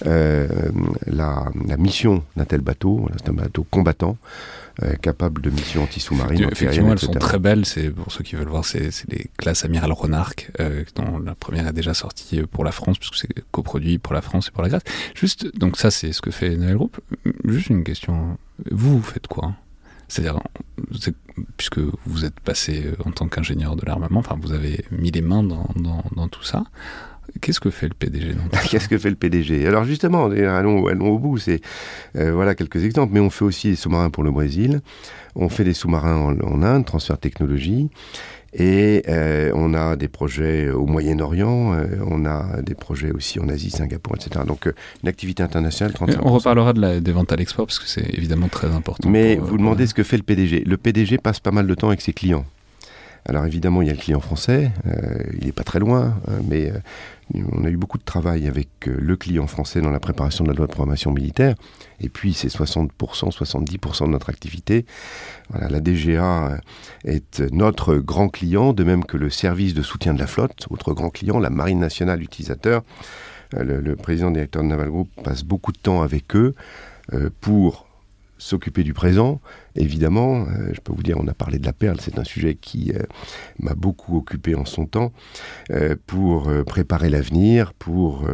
la mission d'un tel bateau. Voilà, c'est un bateau combattant, capable de missions anti-sous-marines. Effectivement, elles sont très belles. C'est, pour ceux qui veulent voir, c'est les classes Amiral Ronark, dont la première est déjà sortie pour la France, puisque c'est coproduit pour la France et pour la Grèce. Juste, donc ça, c'est ce que fait Naval Group. Juste une question. Vous faites quoi ? C'est-à-dire, puisque vous êtes passé en tant qu'ingénieur de l'armement, enfin, vous avez mis les mains dans tout ça. Qu'est-ce que fait le PDG dans tout ça ? Qu'est-ce que fait le PDG ? Alors justement, allons au bout. Voilà quelques exemples. Mais on fait aussi des sous-marins pour le Brésil. On fait des sous-marins en Inde, transfert technologie. Et on a des projets au Moyen-Orient, on a des projets aussi en Asie, Singapour, etc. Donc une activité internationale, 35%. On reparlera des ventes à l'export, parce que c'est évidemment très important. Mais vous demandez ce que fait le PDG. Le PDG passe pas mal de temps avec ses clients. Alors évidemment, il y a le client français, il n'est pas très loin, mais on a eu beaucoup de travail avec le client français dans la préparation de la loi de programmation militaire. Et puis, c'est 60%, 70% de notre activité. Voilà, la DGA est notre grand client, de même que le service de soutien de la flotte, autre grand client, la Marine nationale utilisateur. Le président directeur de Naval Group passe beaucoup de temps avec eux pour s'occuper du présent. Évidemment, je peux vous dire, on a parlé de la perle, c'est un sujet qui m'a beaucoup occupé en son temps, pour préparer l'avenir, pour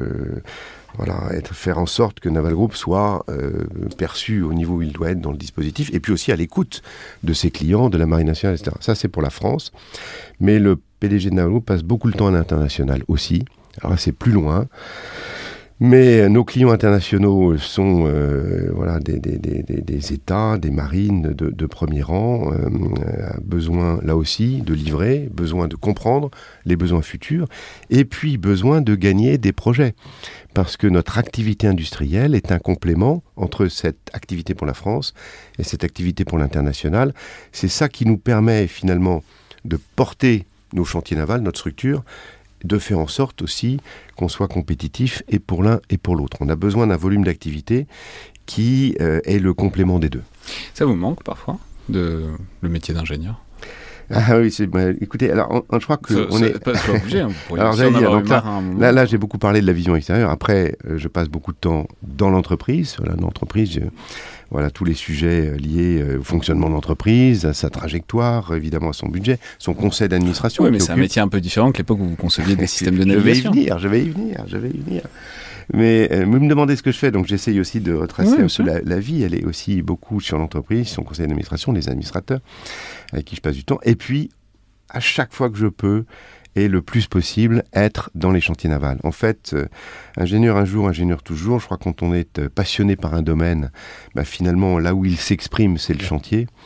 faire en sorte que Naval Group soit perçu au niveau où il doit être dans le dispositif, et puis aussi à l'écoute de ses clients, de la Marine nationale, etc. Ça, c'est pour la France. Mais le PDG de Naval Group passe beaucoup de temps à l'international aussi. Alors là, c'est plus loin. Mais nos clients internationaux sont des États, des marines de premier rang, besoin là aussi de livrer, besoin de comprendre les besoins futurs, et puis besoin de gagner des projets. Parce que notre activité industrielle est un complément entre cette activité pour la France et cette activité pour l'international. C'est ça qui nous permet finalement de porter nos chantiers navals, notre structure, de faire en sorte aussi qu'on soit compétitif et pour l'un et pour l'autre. On a besoin d'un volume d'activité qui est le complément des deux. Ça vous manque parfois, le métier d'ingénieur ? Ah oui, écoutez, alors je crois que on est pas obligé. Hein, alors j'allais dire, donc là, j'ai beaucoup parlé de la vision extérieure. Après, je passe beaucoup de temps dans l'entreprise. Voilà, dans l'entreprise, voilà tous les sujets liés au fonctionnement de l'entreprise, à sa trajectoire, évidemment à son budget, son conseil d'administration. Oui, mais c'est un métier un peu différent que l'époque où vous conceviez des systèmes de navigation. Je vais y venir. Mais vous me demandez ce que je fais, donc j'essaye aussi de retracer un peu la vie. Elle est aussi beaucoup sur l'entreprise, son conseil d'administration, les administrateurs avec qui je passe du temps. Et puis, à chaque fois que je peux, et le plus possible, être dans les chantiers navals. En fait, ingénieur un jour, ingénieur toujours. Je crois que quand on est passionné par un domaine, finalement, là où il s'exprime, c'est le chantier.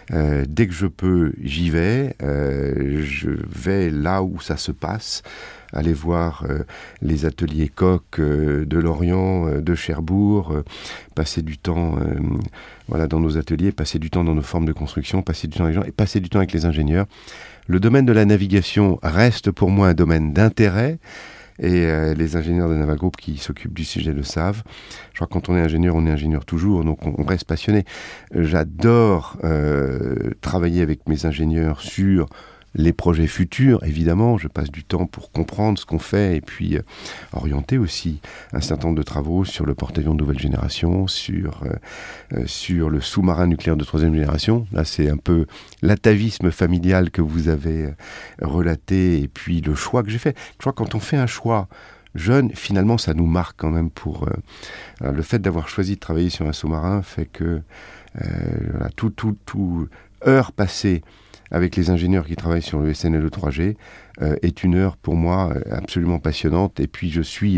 Dès que je peux, j'y vais. Je vais là où ça se passe. Aller voir les ateliers Koch de Lorient, de Cherbourg, passer du temps dans nos ateliers, passer du temps dans nos formes de construction, passer du temps avec les gens et passer du temps avec les ingénieurs. Le domaine de la navigation reste pour moi un domaine d'intérêt. Et les ingénieurs de Naval Group qui s'occupent du sujet le savent. Je crois que quand on est ingénieur toujours, donc on reste passionné. J'adore travailler avec mes ingénieurs sur les projets futurs, évidemment. Je passe du temps pour comprendre ce qu'on fait et puis orienter aussi un certain nombre de travaux sur le porte-avions de nouvelle génération, sur le sous-marin nucléaire de troisième génération. Là, c'est un peu l'atavisme familial que vous avez relaté et puis le choix que j'ai fait. Je crois que quand on fait un choix jeune, finalement, ça nous marque quand même pour... le fait d'avoir choisi de travailler sur un sous-marin fait que tout heure passée avec les ingénieurs qui travaillent sur le SNLE 3G, est une heure pour moi absolument passionnante. Et puis je suis,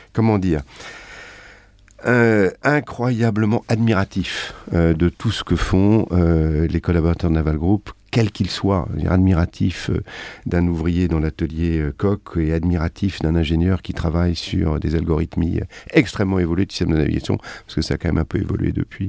incroyablement admiratif de tout ce que font les collaborateurs de Naval Group, quels qu'ils soient. Admiratif d'un ouvrier dans l'atelier Koch et admiratif d'un ingénieur qui travaille sur des algorithmies extrêmement évolués de système de navigation, parce que ça a quand même un peu évolué depuis.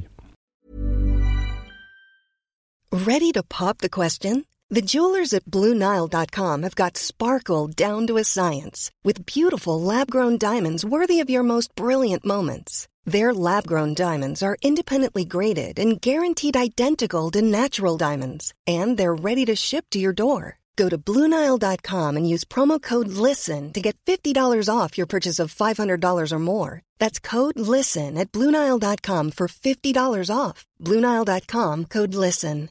Ready to pop the question? The jewelers at BlueNile.com have got sparkle down to a science with beautiful lab-grown diamonds worthy of your most brilliant moments. Their lab-grown diamonds are independently graded and guaranteed identical to natural diamonds, and they're ready to ship to your door. Go to BlueNile.com and use promo code LISTEN to get $50 off your purchase of $500 or more. That's code LISTEN at BlueNile.com for $50 off. BlueNile.com, code LISTEN.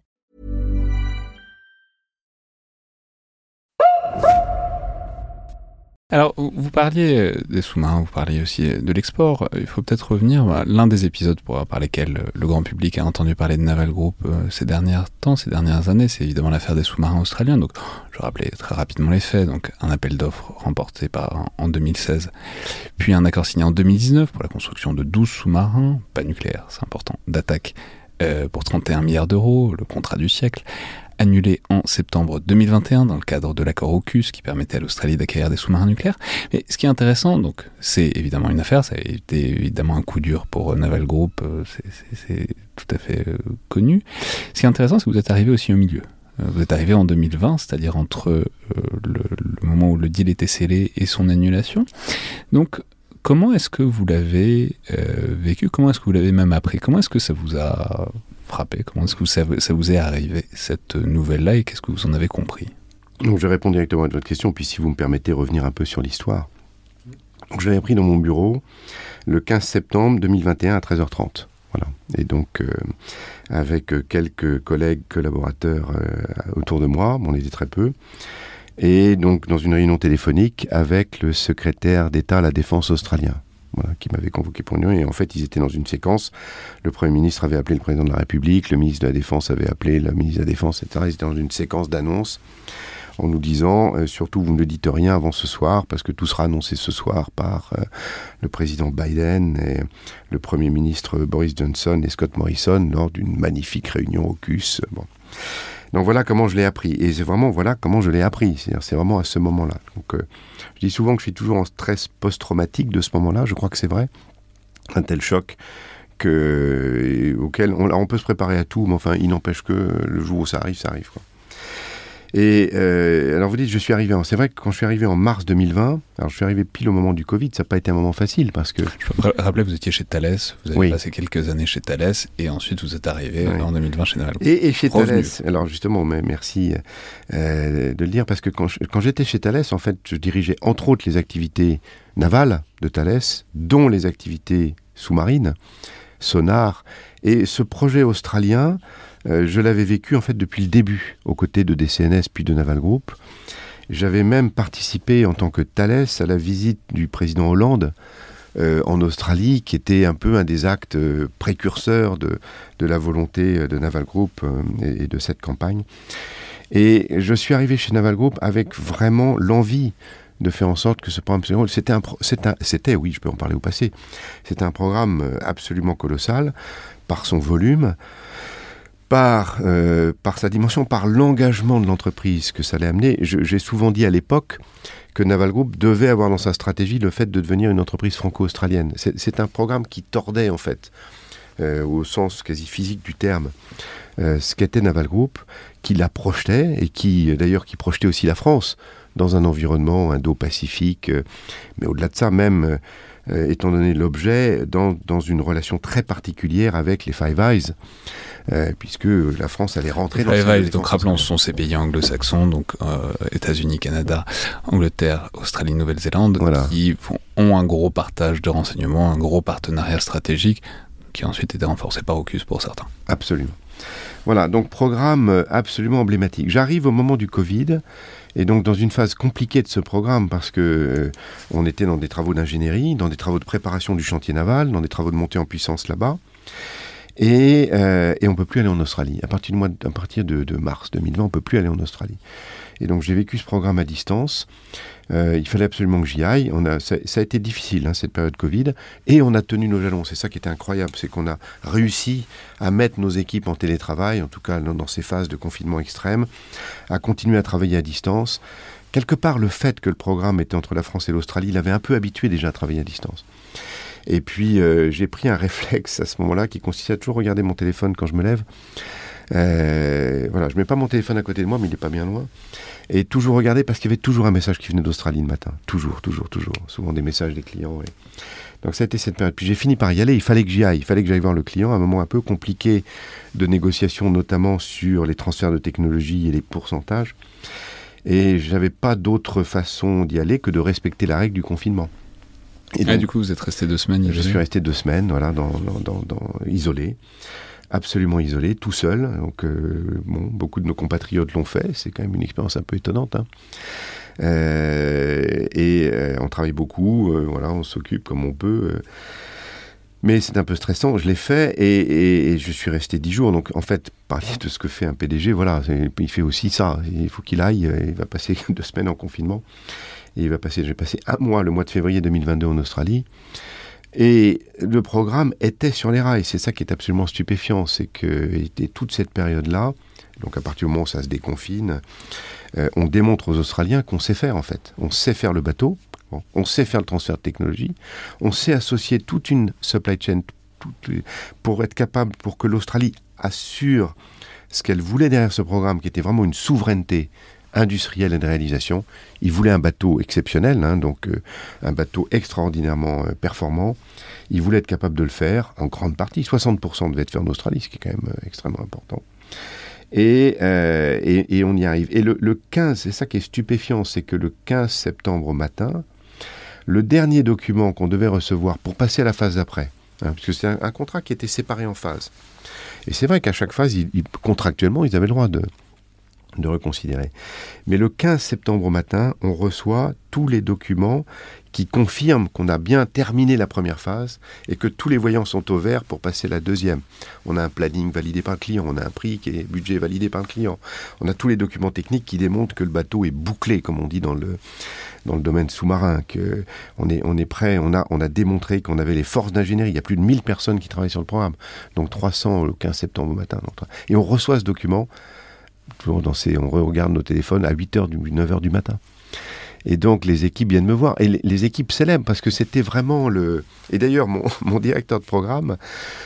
Alors, vous parliez des sous-marins, vous parliez aussi de l'export. Il faut peut-être revenir à l'un des épisodes par lesquels le grand public a entendu parler de Naval Group ces dernières années. C'est évidemment l'affaire des sous-marins australiens. Donc, je rappelais très rapidement les faits. Donc, un appel d'offres remporté en 2016, puis un accord signé en 2019 pour la construction de 12 sous-marins, pas nucléaires, c'est important, d'attaque pour 31 milliards d'euros, le contrat du siècle, annulé en septembre 2021 dans le cadre de l'accord AUKUS qui permettait à l'Australie d'acquérir des sous-marins nucléaires. Mais ce qui est intéressant, donc, c'est évidemment une affaire, ça a été évidemment un coup dur pour Naval Group, c'est tout à fait connu. Ce qui est intéressant, c'est que vous êtes arrivé aussi au milieu. Vous êtes arrivé en 2020, c'est-à-dire entre le moment où le deal était scellé et son annulation. Donc, comment est-ce que vous l'avez vécu ? Comment est-ce que vous l'avez même appris ? Comment est-ce que ça vous a frappé ? Comment est-ce que ça vous est arrivé, cette nouvelle-là, et qu'est-ce que vous en avez compris ? Donc, je réponds directement à votre question, puis si vous me permettez revenir un peu sur l'histoire. Donc, je l'avais appris dans mon bureau le 15 septembre 2021 à 13h30. Voilà. Et donc, avec quelques collègues, collaborateurs autour de moi, on était très peu, et donc dans une réunion téléphonique avec le secrétaire d'État à la Défense australien, voilà, qui m'avait convoqué pour une réunion. Et en fait, ils étaient dans une séquence. Le Premier ministre avait appelé le Président de la République, le ministre de la Défense avait appelé la ministre de la Défense, etc. Ils étaient dans une séquence d'annonces en nous disant surtout vous ne dites rien avant ce soir parce que tout sera annoncé ce soir par le président Biden et le Premier ministre Boris Johnson et Scott Morrison lors d'une magnifique réunion AUKUS. Bon. Donc voilà comment je l'ai appris. Et c'est vraiment voilà comment je l'ai appris. C'est vraiment à ce moment-là. Donc je dis souvent que je suis toujours en stress post-traumatique de ce moment-là. Je crois que c'est vrai. Un tel choc auquel on peut se préparer à tout, mais enfin il n'empêche que le jour où ça arrive quoi. Et alors vous dites, je suis arrivé c'est vrai que quand je suis arrivé en mars 2020, alors je suis arrivé pile au moment du Covid, ça n'a pas été un moment facile parce que... Je peux rappeler, vous étiez chez Thales, vous avez passé quelques années chez Thales, et ensuite vous êtes arrivé en 2020 chez Naval Group. Et chez Thales, alors justement, merci de le dire, parce que quand j'étais chez Thales, en fait, je dirigeais entre autres les activités navales de Thales, dont les activités sous-marines, sonar, et ce projet australien... je l'avais vécu en fait depuis le début, aux côtés de DCNS puis de Naval Group. J'avais même participé en tant que Thales à la visite du président Hollande en Australie, qui était un peu un des actes précurseurs de la volonté de Naval Group et de cette campagne. Et je suis arrivé chez Naval Group avec vraiment l'envie de faire en sorte que ce programme... C'était, oui, je peux en parler au passé, c'était un programme absolument colossal par son volume, par sa dimension, par l'engagement de l'entreprise que ça allait amener. J'ai souvent dit à l'époque que Naval Group devait avoir dans sa stratégie le fait de devenir une entreprise franco-australienne. C'est un programme qui tordait, en fait, au sens quasi physique du terme, ce qu'était Naval Group, qui la projetait, et qui projetait aussi la France dans un environnement indo-pacifique, mais au-delà de ça, même, étant donné l'objet, dans une relation très particulière avec les Five Eyes, puisque la France allait rentrer dans Five Eyes, donc rappelons, ce sont ces pays anglo-saxons, donc États-Unis, Canada, Angleterre, Australie, Nouvelle-Zélande, voilà, qui ont un gros partage de renseignements, un gros partenariat stratégique, qui a ensuite été renforcé par AUKUS pour certains. Absolument. Voilà, donc programme absolument emblématique. J'arrive au moment du Covid, et donc dans une phase compliquée de ce programme, parce que on était dans des travaux d'ingénierie, dans des travaux de préparation du chantier naval, dans des travaux de montée en puissance là-bas, et on ne peut plus aller en Australie. À partir de mars 2020, on ne peut plus aller en Australie. Et donc j'ai vécu ce programme à distance. Il fallait absolument que j'y aille. Ça a été difficile, cette période Covid, et on a tenu nos jalons. C'est ça qui était incroyable, c'est qu'on a réussi à mettre nos équipes en télétravail, en tout cas dans ces phases de confinement extrême, à continuer à travailler à distance. Quelque part, le fait que le programme était entre la France et l'Australie l'avait un peu habitué déjà à travailler à distance. Et puis j'ai pris un réflexe à ce moment-là qui consistait à toujours regarder mon téléphone quand je me lève. Voilà, je mets pas mon téléphone à côté de moi, mais il est pas bien loin. Et toujours regarder, parce qu'il y avait toujours un message qui venait d'Australie le matin. Toujours. Souvent des messages des clients. Donc ça a été cette période. Puis j'ai fini par y aller. Il fallait que j'y aille. Il fallait que j'aille voir le client. Un moment un peu compliqué de négociation, notamment sur les transferts de technologie et les pourcentages. Et j'avais pas d'autre façon d'y aller que de respecter la règle du confinement. Et donc, du coup, vous êtes resté 2 semaines isolé. Je suis resté 2 semaines, voilà, isolé. Absolument isolé, tout seul. Donc, beaucoup de nos compatriotes l'ont fait. C'est quand même une expérience un peu étonnante. On travaille beaucoup. Voilà, on s'occupe comme on peut. Mais c'est un peu stressant. Je l'ai fait et je suis resté 10 jours. Donc, en fait, parler de ce que fait un PDG, voilà, il fait aussi ça. Il faut qu'il aille. Il va passer 2 semaines en confinement. Et j'ai passé 1 mois, le mois de février 2022 en Australie. Et le programme était sur les rails. C'est ça qui est absolument stupéfiant. C'est que toute cette période-là, donc à partir du moment où ça se déconfine, on démontre aux Australiens qu'on sait faire en fait. On sait faire le bateau, on sait faire le transfert de technologie, on sait associer toute une supply chain pour être capable, pour que l'Australie assure ce qu'elle voulait derrière ce programme, qui était vraiment une souveraineté industrielle et de réalisation. Ils voulaient un bateau exceptionnel, donc un bateau extraordinairement performant. Ils voulaient être capables de le faire en grande partie. 60% devait être fait en Australie, ce qui est quand même extrêmement important. Et on y arrive. Et le 15, c'est ça qui est stupéfiant, c'est que le 15 septembre au matin, le dernier document qu'on devait recevoir pour passer à la phase d'après, parce que c'est un contrat qui était séparé en phases. Et c'est vrai qu'à chaque phase, contractuellement, ils avaient le droit de reconsidérer. Mais le 15 septembre au matin, on reçoit tous les documents qui confirment qu'on a bien terminé la première phase et que tous les voyants sont au vert pour passer la deuxième. On a un planning validé par le client, on a un prix qui est budget validé par le client. On a tous les documents techniques qui démontrent que le bateau est bouclé, comme on dit dans le domaine sous-marin, qu'on est prêt, on a démontré qu'on avait les forces d'ingénierie. Il y a plus de 1000 personnes qui travaillent sur le programme, donc 300 le 15 septembre au matin. Et on reçoit ce document. On regarde nos téléphones à 8h, 9h du matin. Et donc, les équipes viennent me voir. Et les équipes célèbrent, parce que c'était vraiment Et d'ailleurs, mon directeur de programme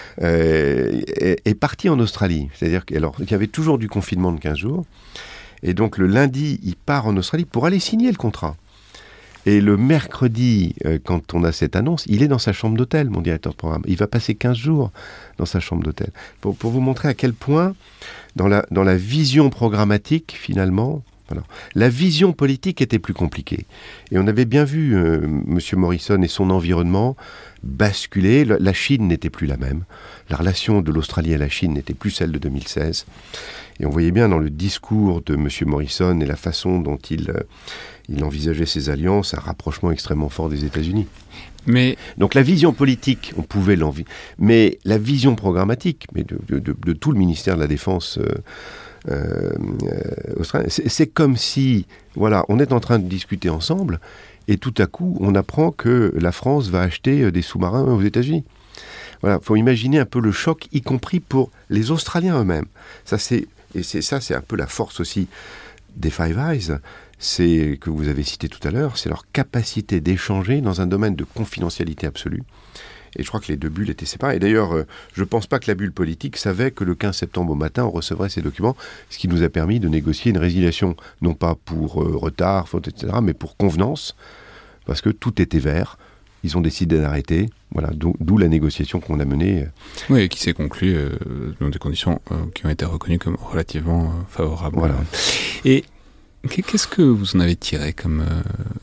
est parti en Australie. C'est-à-dire qu'il y avait toujours du confinement de 15 jours. Et donc, le lundi, il part en Australie pour aller signer le contrat. Et le mercredi, quand on a cette annonce, il est dans sa chambre d'hôtel, mon directeur de programme. Il va passer 15 jours dans sa chambre d'hôtel. Pour vous montrer à quel point, dans la vision programmatique, finalement, voilà, la vision politique était plus compliquée. Et on avait bien vu M. Morrison et son environnement basculer. La Chine n'était plus la même. La relation de l'Australie à la Chine n'était plus celle de 2016. Et on voyait bien dans le discours de M. Morrison et la façon dont il envisageait ses alliances, un rapprochement extrêmement fort des États-Unis. Donc la vision politique, on pouvait l'envisager, mais la vision programmatique, mais de tout le ministère de la Défense australien, c'est comme si, voilà, on est en train de discuter ensemble, et tout à coup, on apprend que la France va acheter des sous-marins aux États-Unis. Voilà, faut imaginer un peu le choc, y compris pour les Australiens eux-mêmes. C'est un peu la force aussi des Five Eyes, c'est que vous avez cité tout à l'heure, c'est leur capacité d'échanger dans un domaine de confidentialité absolue. Et je crois que les deux bulles étaient séparées. Et d'ailleurs, je ne pense pas que la bulle politique savait que le 15 septembre au matin, on recevrait ces documents, ce qui nous a permis de négocier une résiliation, non pas pour retard, faute, etc., mais pour convenance, parce que tout était vert. Ils ont décidé d'arrêter. Voilà, d'où la négociation qu'on a menée. Oui, et qui s'est conclue dans des conditions qui ont été reconnues comme relativement favorables. Voilà. Et qu'est-ce que vous en avez tiré comme leçon ?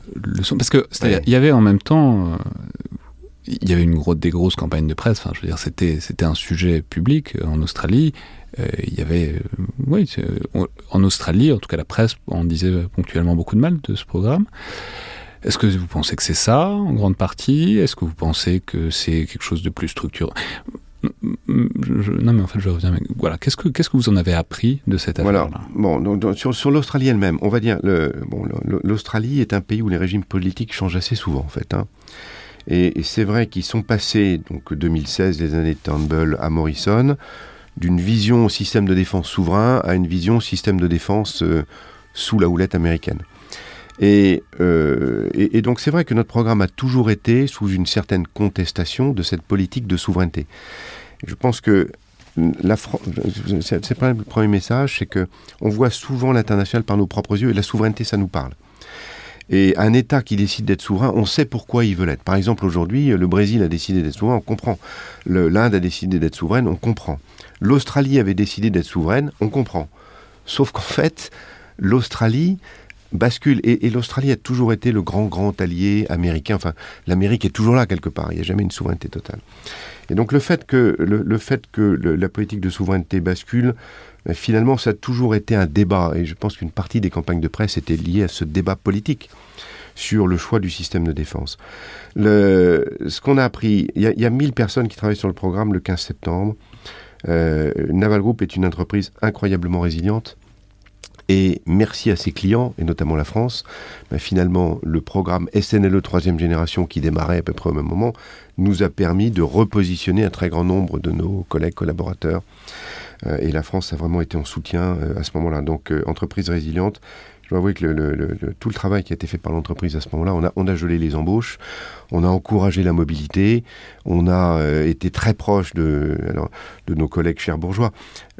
Parce que, c'est-à-dire, il y avait en même temps... il y avait des grosses campagnes de presse. Enfin, je veux dire, c'était un sujet public en Australie. Il y avait, en Australie, en tout cas la presse en disait ponctuellement beaucoup de mal de ce programme. Est-ce que vous pensez que c'est ça, en grande partie ? Est-ce que vous pensez que c'est quelque chose de plus structuré ? Non, mais en fait, je reviens. Voilà, qu'est-ce que vous en avez appris de cette affaire-là ? Voilà. Bon, donc, sur l'Australie elle-même, on va dire, l'Australie est un pays où les régimes politiques changent assez souvent, en fait. Hein. Et c'est vrai qu'ils sont passés, donc 2016, les années de Turnbull à Morrison, d'une vision système de défense souverain à une vision système de défense sous la houlette américaine. Et donc c'est vrai que notre programme a toujours été sous une certaine contestation de cette politique de souveraineté. Et je pense que c'est pas le premier message, c'est qu'on voit souvent l'international par nos propres yeux et la souveraineté, ça nous parle. Et un État qui décide d'être souverain, on sait pourquoi il veut l'être. Par exemple, aujourd'hui, le Brésil a décidé d'être souverain, on comprend. L'Inde a décidé d'être souveraine, on comprend. L'Australie avait décidé d'être souveraine, on comprend. Sauf qu'en fait, l'Australie bascule. Et l'Australie a toujours été le grand allié américain. Enfin, l'Amérique est toujours là quelque part. Il n'y a jamais une souveraineté totale. Et donc le fait que la politique de souveraineté bascule, finalement, ça a toujours été un débat. Et je pense qu'une partie des campagnes de presse était liée à ce débat politique sur le choix du système de défense. Ce qu'on a appris, il y a 1000 personnes qui travaillent sur le programme le 15 septembre. Naval Group est une entreprise incroyablement résiliente. Et merci à ses clients, et notamment la France, finalement, le programme SNLE 3e génération qui démarrait à peu près au même moment, nous a permis de repositionner un très grand nombre de nos collègues collaborateurs. Et la France a vraiment été en soutien à ce moment-là. Donc, entreprise résiliente. Je dois avouer que tout le travail qui a été fait par l'entreprise à ce moment-là, on a gelé les embauches, on a encouragé la mobilité, on a été très proche de nos collègues cherbourgeois.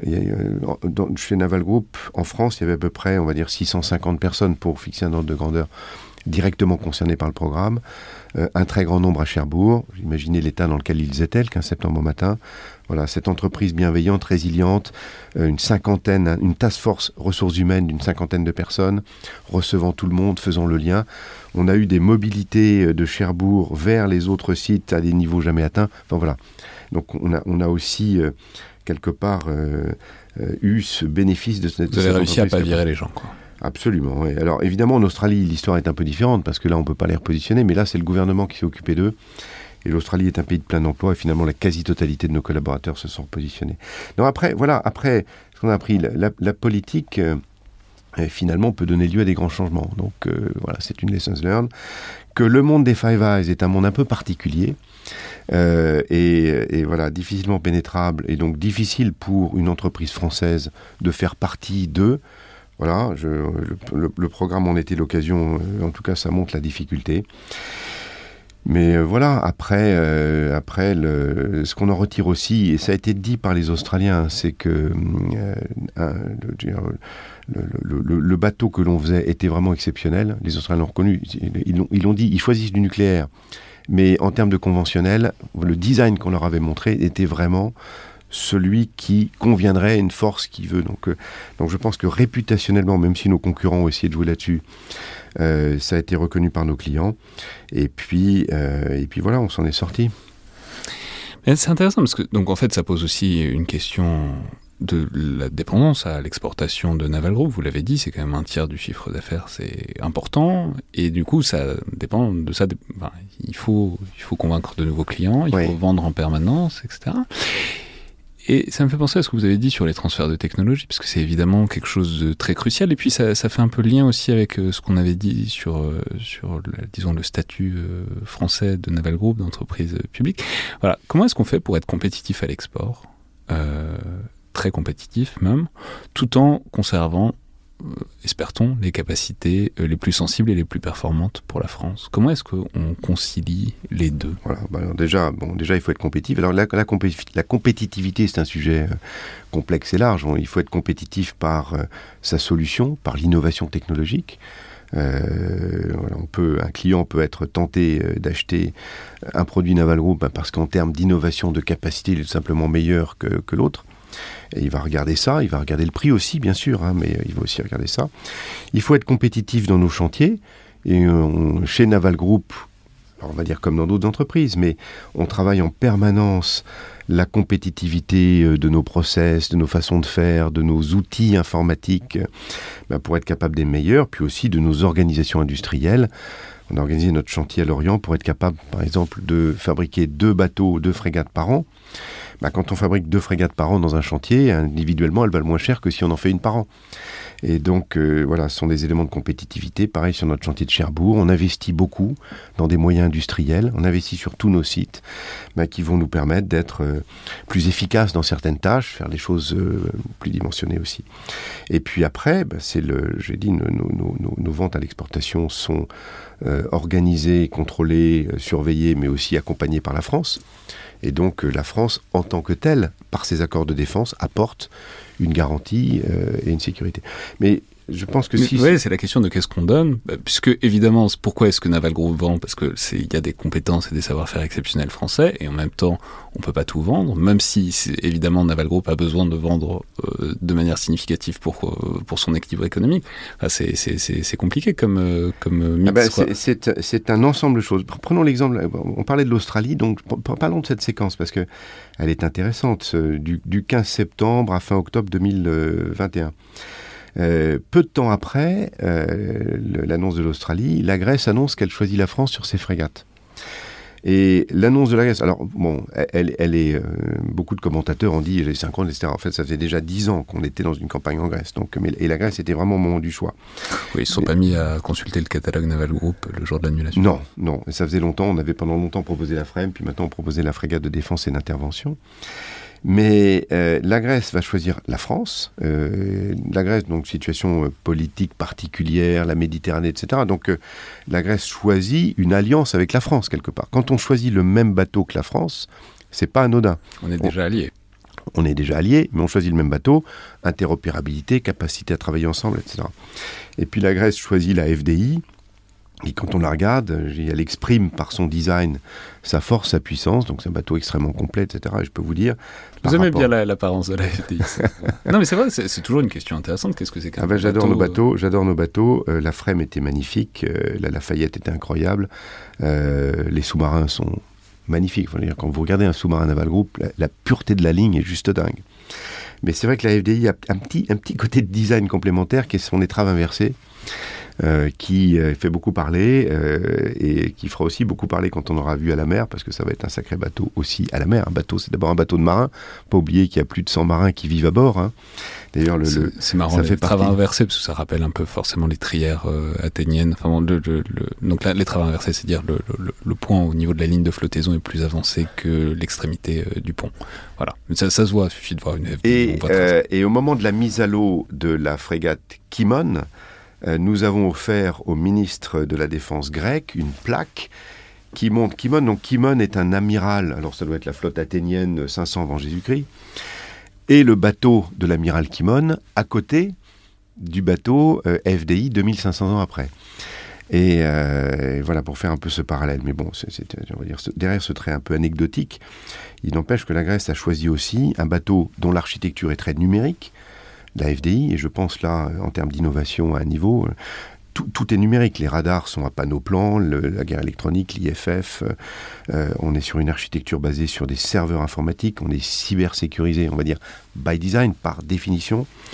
Chez Naval Group, en France, il y avait à peu près, on va dire, 650 personnes pour fixer un ordre de grandeur directement concernées par le programme. Un très grand nombre à Cherbourg. Imaginez l'état dans lequel ils étaient le 15 septembre au matin. Voilà, cette entreprise bienveillante, résiliente, une task force ressources humaines d'une 50aine de personnes, recevant tout le monde, faisant le lien. On a eu des mobilités de Cherbourg vers les autres sites à des niveaux jamais atteints. Enfin voilà. Donc on a aussi quelque part eu ce bénéfice de cette. Vous avez réussi à pas virer les gens, quoi. Absolument. Oui. Alors évidemment, en Australie, l'histoire est un peu différente parce que là, on ne peut pas les repositionner, mais là, c'est le gouvernement qui s'est occupé d'eux. Et l'Australie est un pays de plein emploi et finalement, la quasi-totalité de nos collaborateurs se sont repositionnés. Donc après, ce qu'on a appris, la politique, finalement, peut donner lieu à des grands changements. Donc voilà, c'est une lessons learned. Que le monde des Five Eyes est un monde un peu particulier et voilà, difficilement pénétrable et donc difficile pour une entreprise française de faire partie d'eux. Voilà, le programme en était l'occasion, en tout cas ça montre la difficulté. Mais voilà, après ce qu'on en retire aussi, et ça a été dit par les Australiens, c'est que le bateau que l'on faisait était vraiment exceptionnel. Les Australiens l'ont reconnu, ils l'ont dit, ils choisissent du nucléaire. Mais en termes de conventionnel, le design qu'on leur avait montré était vraiment celui qui conviendrait à une force qui veut. Donc je pense que réputationnellement, même si nos concurrents ont essayé de jouer là-dessus, ça a été reconnu par nos clients. Et puis voilà, on s'en est sorti. C'est intéressant parce que donc en fait, ça pose aussi une question de la dépendance à l'exportation de Naval Group. Vous l'avez dit, c'est quand même un tiers du chiffre d'affaires, c'est important. Et du coup, ça dépend de ça. Enfin, il faut convaincre de nouveaux clients, il faut vendre en permanence, etc. Et ça me fait penser à ce que vous avez dit sur les transferts de technologie, parce que c'est évidemment quelque chose de très crucial. Et puis ça fait un peu le lien aussi avec ce qu'on avait dit sur disons, le statut français de Naval Group, d'entreprise publique. Voilà. Comment est-ce qu'on fait pour être compétitif à l'export, très compétitif même, tout en conservant, espère-t-on, les capacités les plus sensibles et les plus performantes pour la France? Comment est-ce qu'on concilie les deux? Voilà, alors déjà, il faut être compétitif. Alors la compétitivité, c'est un sujet complexe et large. Il faut être compétitif par sa solution, par l'innovation technologique. Un client peut être tenté d'acheter un produit Naval Group parce qu'en termes d'innovation, de capacité, il est simplement meilleur que l'autre. Et il va regarder ça, il va regarder le prix aussi, bien sûr, mais il va aussi regarder ça. Il faut être compétitif dans nos chantiers. Et chez Naval Group, alors on va dire comme dans d'autres entreprises, mais on travaille en permanence la compétitivité de nos process, de nos façons de faire, de nos outils informatiques, pour être capable des meilleurs, puis aussi de nos organisations industrielles. On a organisé notre chantier à Lorient pour être capable, par exemple, de fabriquer 2 bateaux, 2 frégates par an. Quand on fabrique 2 frégates par an dans un chantier, individuellement, elles valent moins cher que si on en fait une par an. Et donc, ce sont des éléments de compétitivité. Pareil sur notre chantier de Cherbourg, on investit beaucoup dans des moyens industriels. On investit sur tous nos sites qui vont nous permettre d'être plus efficaces dans certaines tâches, faire des choses plus dimensionnées aussi. Et puis après, j'ai dit, nos ventes à l'exportation sont organisées, contrôlées, surveillées, mais aussi accompagnées par la France. Et donc la France, en tant que telle, par ses accords de défense, apporte une garantie et une sécurité. Mais je pense que Oui, c'est la question de qu'est-ce qu'on donne, puisque évidemment, pourquoi est-ce que Naval Group vend? Parce que il y a des compétences et des savoir-faire exceptionnels français, et en même temps, on peut pas tout vendre, même si évidemment Naval Group a besoin de vendre de manière significative pour son équilibre économique. Enfin, c'est compliqué comme mix. C'est un ensemble de choses. Prenons l'exemple. On parlait de l'Australie, donc parlons de cette séquence parce que elle est intéressante. Du 15 septembre à fin octobre 2021. Peu de temps après l'annonce de l'Australie, la Grèce annonce qu'elle choisit la France sur ses frégates. Et l'annonce de la Grèce, alors bon, elle est, beaucoup de commentateurs ont dit, les 5 ans, etc. En fait, ça faisait déjà 10 ans qu'on était dans une campagne en Grèce. Et la Grèce était vraiment au moment du choix. Oui, ils ne se sont pas mis à consulter le catalogue Naval Group le jour de l'annulation. Non. Et ça faisait longtemps, on avait pendant longtemps proposé la FREMM, puis maintenant on proposait la frégate de défense et d'intervention. Mais la Grèce va choisir la France. La Grèce, donc situation politique particulière, la Méditerranée, etc. Donc la Grèce choisit une alliance avec la France, quelque part. Quand on choisit le même bateau que la France, c'est pas anodin. On est déjà alliés. On est déjà alliés, mais on choisit le même bateau, interopérabilité, capacité à travailler ensemble, etc. Et puis la Grèce choisit la FDI. Et quand on la regarde, elle exprime par son design sa force, sa puissance. Donc c'est un bateau extrêmement complet, etc. Et je peux vous dire... Vous aimez bien l'apparence de la FDI. Non mais c'est vrai, c'est toujours une question intéressante. Qu'est-ce que c'est qu'un bateau? J'adore nos bateaux. La FREMM était magnifique. La Lafayette était incroyable. Les sous-marins sont magnifiques. Enfin, quand vous regardez un sous-marin Naval Group, la pureté de la ligne est juste dingue. Mais c'est vrai que la FDI a un petit côté de design complémentaire qui est son étrave inversée. Qui fait beaucoup parler et qui fera aussi beaucoup parler quand on aura vu à la mer, parce que ça va être un sacré bateau aussi à la mer. Un bateau, c'est d'abord un bateau de marins. Pas oublier qu'il y a plus de 100 marins qui vivent à bord. D'ailleurs, c'est marrant, les travaux inversés, parce que ça rappelle un peu forcément les trières athéniennes. Enfin, donc là, les travaux inversés, c'est-à-dire le point au niveau de la ligne de flottaison est plus avancé que l'extrémité du pont. Voilà. Ça se voit, il suffit de voir une FDI. Et au moment de la mise à l'eau de la frégate Kimon, nous avons offert au ministre de la Défense grec une plaque qui montre Kimon. Donc Kimon est un amiral, alors ça doit être la flotte athénienne 500 avant Jésus-Christ, et le bateau de l'amiral Kimon à côté du bateau FDI 2500 ans après. Et voilà, pour faire un peu ce parallèle. Mais bon, on va dire, derrière ce trait un peu anecdotique, il n'empêche que la Grèce a choisi aussi un bateau dont l'architecture est très numérique, la FDI, et je pense là, en termes d'innovation à un niveau, tout est numérique. Les radars sont à panneau plan, la guerre électronique, l'IFF, on est sur une architecture basée sur des serveurs informatiques, on est cybersécurisé, on va dire, by design, par définition.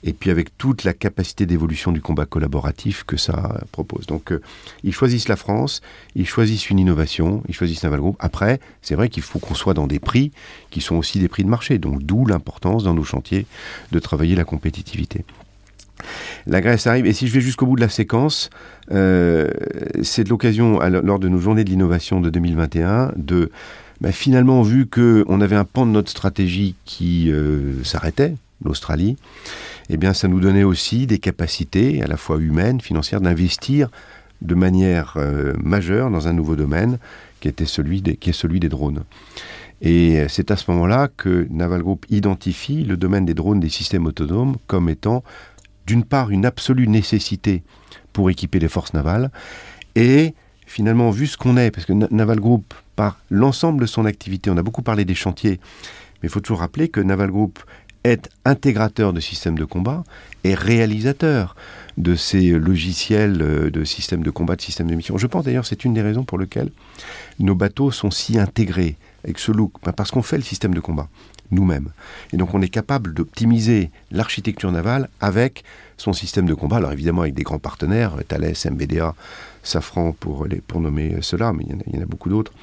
et puis avec toute la capacité d'évolution du combat collaboratif que ça propose. Donc ils choisissent la France, ils choisissent une innovation, ils choisissent Naval Group. Après, c'est vrai qu'il faut qu'on soit dans des prix qui sont aussi des prix de marché, donc d'où l'importance dans nos chantiers de travailler la compétitivité. La Grèce arrive, et si je vais jusqu'au bout de la séquence, c'est de l'occasion, lors de nos journées de l'innovation de 2021, de finalement, vu qu'on avait un pan de notre stratégie qui s'arrêtait, l'Australie, eh bien, ça nous donnait aussi des capacités, à la fois humaines, financières, d'investir de manière majeure dans un nouveau domaine qui est celui des drones. Et c'est à ce moment-là que Naval Group identifie le domaine des drones, des systèmes autonomes, comme étant, d'une part, une absolue nécessité pour équiper les forces navales, et finalement, vu ce qu'on est, parce que Naval Group, par l'ensemble de son activité, on a beaucoup parlé des chantiers, mais il faut toujours rappeler que Naval Group est intégrateur de systèmes de combat et réalisateur de ces logiciels de systèmes de combat, de systèmes de mission. Je pense d'ailleurs que c'est une des raisons pour lesquelles nos bateaux sont si intégrés avec ce look, parce qu'on fait le système de combat nous-mêmes. Et donc on est capable d'optimiser l'architecture navale avec son système de combat. Alors évidemment avec des grands partenaires, Thales, MBDA, Safran pour nommer ceux-là, mais il y en a beaucoup d'autres.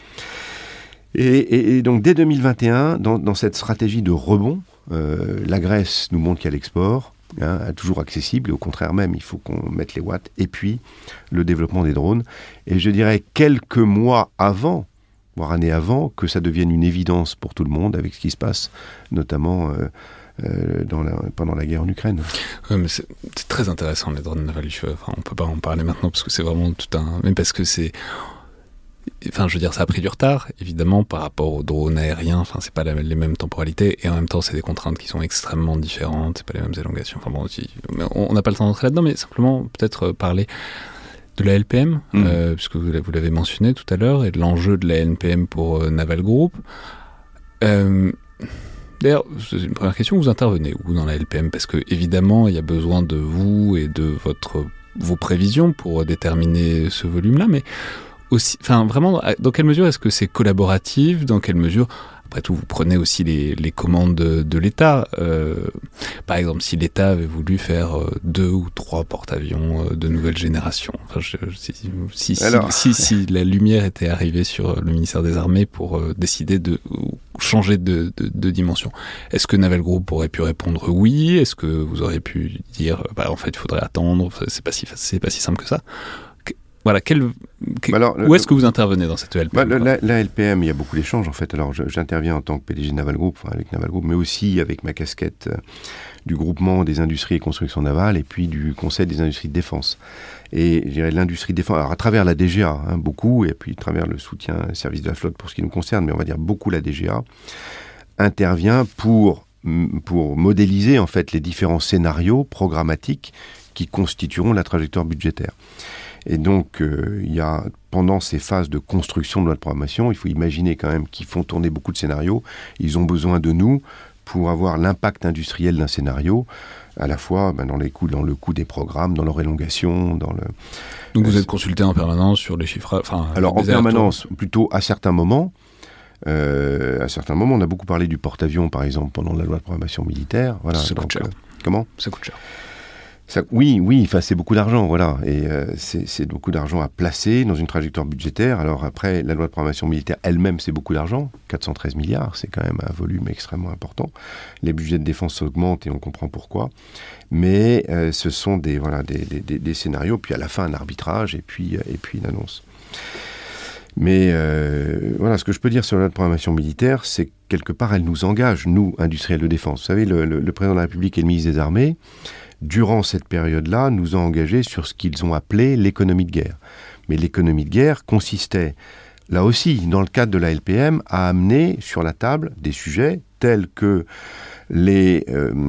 Et donc dès 2021, dans cette stratégie de rebond, la Grèce nous montre qu'à l'export, toujours accessible, et au contraire même, il faut qu'on mette les watts, et puis le développement des drones. Et je dirais quelques mois avant, voire années avant, que ça devienne une évidence pour tout le monde avec ce qui se passe, notamment pendant la guerre en Ukraine. Ouais, mais c'est très intéressant les drones navals. Enfin, on peut pas en parler maintenant parce que c'est vraiment tout un... Mais parce que c'est... Enfin, je veux dire, ça a pris du retard, évidemment, par rapport aux drones aériens. Enfin, c'est pas les mêmes temporalités, et en même temps, c'est des contraintes qui sont extrêmement différentes. C'est pas les mêmes élongations. Enfin bon, on n'a pas le temps d'entrer là-dedans, mais simplement peut-être parler de la LPM, puisque vous l'avez mentionné tout à l'heure, et de l'enjeu de la LPM pour Naval Group. D'ailleurs, c'est une première question, vous intervenez où dans la LPM? Parce que évidemment, il y a besoin de vous et de vos prévisions pour déterminer ce volume-là, mais aussi, enfin vraiment, dans quelle mesure est-ce que c'est collaboratif? Dans quelle mesure, après tout, vous prenez aussi les commandes de l'État? Par exemple, si l'État avait voulu faire 2 ou 3 porte-avions de nouvelle génération, enfin, si la lumière était arrivée sur le ministère des Armées pour décider de changer de dimension, est-ce que Naval Group aurait pu répondre oui? Est-ce que vous auriez pu dire, en fait, il faudrait attendre, c'est pas si simple que ça? Voilà, où est-ce que vous intervenez dans cette LPM? La LPM, il y a beaucoup d'échanges en fait. Alors j'interviens en tant que PDG de Naval Group, avec Naval Group, mais aussi avec ma casquette du groupement des industries et constructions navales et puis du conseil des industries de défense. Et je dirais l'industrie de défense, alors à travers la DGA, beaucoup, et puis à travers le soutien service de la flotte pour ce qui nous concerne, mais on va dire beaucoup la DGA, intervient pour modéliser en fait les différents scénarios programmatiques qui constitueront la trajectoire budgétaire. Et donc, il y a, pendant ces phases de construction de loi de programmation, il faut imaginer quand même qu'ils font tourner beaucoup de scénarios. Ils ont besoin de nous pour avoir l'impact industriel d'un scénario, à la fois dans le coût des programmes, dans leur élongation, dans le... Donc vous êtes consulté en permanence sur les chiffres... Alors en permanence, plutôt à certains moments. On a beaucoup parlé du porte-avions, par exemple, pendant la loi de programmation militaire. Voilà, ça coûte cher. Comment ? Ça coûte cher. Oui, c'est beaucoup d'argent, voilà. Et c'est beaucoup d'argent à placer dans une trajectoire budgétaire. Alors après, la loi de programmation militaire elle-même, c'est beaucoup d'argent. 413 milliards, c'est quand même un volume extrêmement important. Les budgets de défense augmentent et on comprend pourquoi. Mais ce sont des scénarios, puis à la fin un arbitrage et puis une annonce. Mais ce que je peux dire sur la loi de programmation militaire, c'est que quelque part, elle nous engage, nous, industriels de défense. Vous savez, le président de la République et le ministre des Armées, durant cette période-là, nous ont engagés sur ce qu'ils ont appelé l'économie de guerre. Mais l'économie de guerre consistait, là aussi, dans le cadre de la LPM, à amener sur la table des sujets tels que les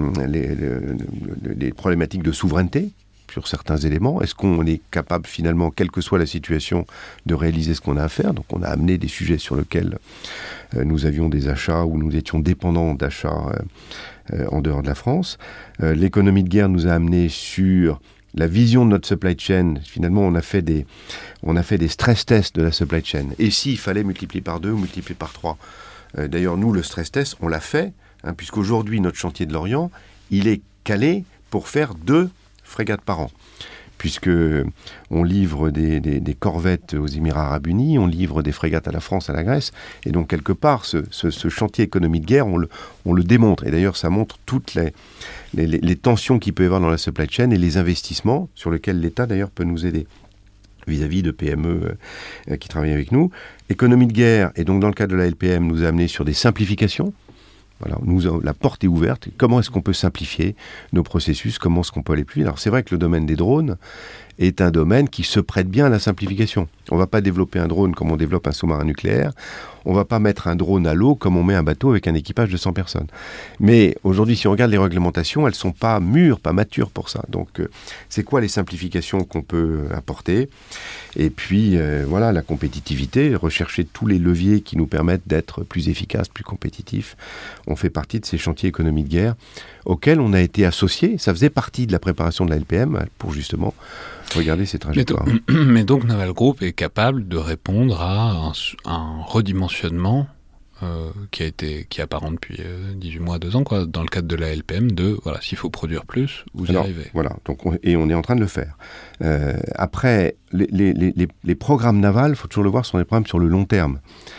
problématiques de souveraineté sur certains éléments. Est-ce qu'on est capable, finalement, quelle que soit la situation, de réaliser ce qu'on a à faire? Donc on a amené des sujets sur lesquels nous avions des achats ou nous étions dépendants d'achats en dehors de la France. L'économie de guerre nous a amené sur la vision de notre supply chain. Finalement, on a fait des stress tests de la supply chain. Et s'il fallait multiplier par 2 ou multiplier par 3 d'ailleurs, nous, le stress test, on l'a fait, puisqu'aujourd'hui, notre chantier de l'Orient, il est calé pour faire 2 frégates par an. Puisque on livre des corvettes aux Émirats Arabes Unis, on livre des frégates à la France, à la Grèce, et donc quelque part, ce chantier économie de guerre, on le démontre. Et d'ailleurs, ça montre toutes les tensions qu'il peut y avoir dans la supply chain et les investissements sur lesquels l'État, d'ailleurs, peut nous aider vis-à-vis de PME qui travaillent avec nous. Économie de guerre, et donc dans le cadre de la LPM, nous a amené sur des simplifications. Voilà, la porte est ouverte. Comment est-ce qu'on peut simplifier nos processus? Comment est-ce qu'on peut aller plus vite? Alors c'est vrai que le domaine des drones est un domaine qui se prête bien à la simplification. On ne va pas développer un drone comme on développe un sous-marin nucléaire. On ne va pas mettre un drone à l'eau comme on met un bateau avec un équipage de 100 personnes. Mais aujourd'hui, si on regarde les réglementations, elles ne sont pas mûres, pas matures pour ça. Donc, c'est quoi les simplifications qu'on peut apporter? Et puis, voilà, la compétitivité, rechercher tous les leviers qui nous permettent d'être plus efficaces, plus compétitifs. On fait partie de ces chantiers économie de guerre auxquels on a été associés. Ça faisait partie de la préparation de la LPM pour justement regarder ces trajectoires. Mais donc Naval Group est capable de répondre à un redimensionnement qui est apparent depuis 18 mois, 2 ans, quoi, dans le cadre de la LPM, voilà, s'il faut produire plus, vous y arrivez. Voilà, donc on est en train de le faire. Après, les programmes navals, il faut toujours le voir, sont des programmes sur le long terme.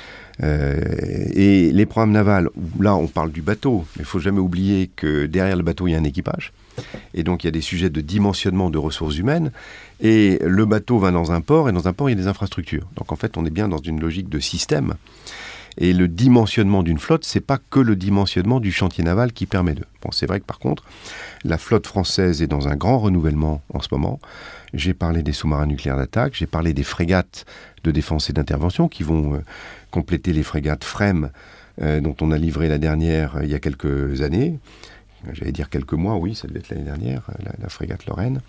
Et les programmes navals, là on parle du bateau, mais il ne faut jamais oublier que derrière le bateau il y a un équipage. Et donc il y a des sujets de dimensionnement de ressources humaines. Et le bateau va dans un port, et dans un port il y a des infrastructures. Donc en fait on est bien dans une logique de système. Et le dimensionnement d'une flotte, c'est pas que le dimensionnement du chantier naval qui permet de. Bon, c'est vrai que par contre, la flotte française est dans un grand renouvellement en ce moment. J'ai parlé des sous-marins nucléaires d'attaque, j'ai parlé des frégates de défense et d'intervention qui vont compléter les frégates FREMM dont on a livré la dernière il y a quelques années. J'allais dire quelques mois, oui, ça devait être l'année dernière, la frégate Lorraine.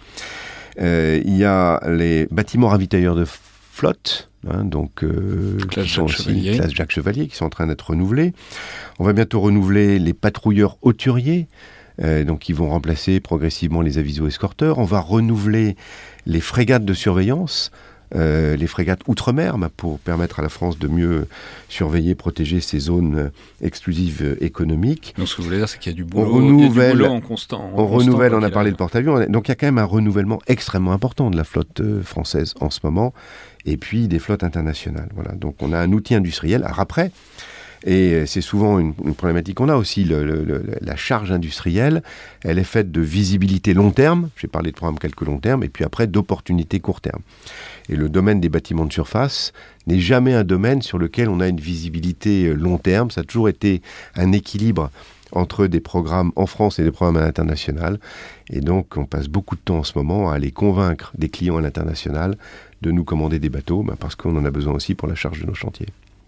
Il y a les bâtiments ravitailleurs de flotte, donc classe Jacques Chevalier, qui sont en train d'être renouvelés. On va bientôt renouveler les patrouilleurs hauturiers, donc qui vont remplacer progressivement les aviso-escorteurs. On va renouveler les frégates de surveillance, les frégates outre-mer, pour permettre à la France de mieux surveiller, protéger ces zones exclusives économiques. Donc ce que vous voulez dire, c'est qu'il y a du boulot, en constant. On renouvelle, on a parlé de porte-avions. Donc il y a quand même un renouvellement extrêmement important de la flotte française en ce moment, et puis des flottes internationales. Voilà. Donc on a un outil industriel. Alors après, et c'est souvent une problématique qu'on a aussi, la charge industrielle, elle est faite de visibilité long terme, j'ai parlé de programme calcul long terme, et puis après d'opportunités court terme. Et le domaine des bâtiments de surface n'est jamais un domaine sur lequel on a une visibilité long terme, ça a toujours été un équilibre entre des programmes en France et des programmes à l'international. Et donc on passe beaucoup de temps en ce moment à aller convaincre des clients à l'international de nous commander des bateaux, parce qu'on en a besoin aussi pour la charge de nos chantiers.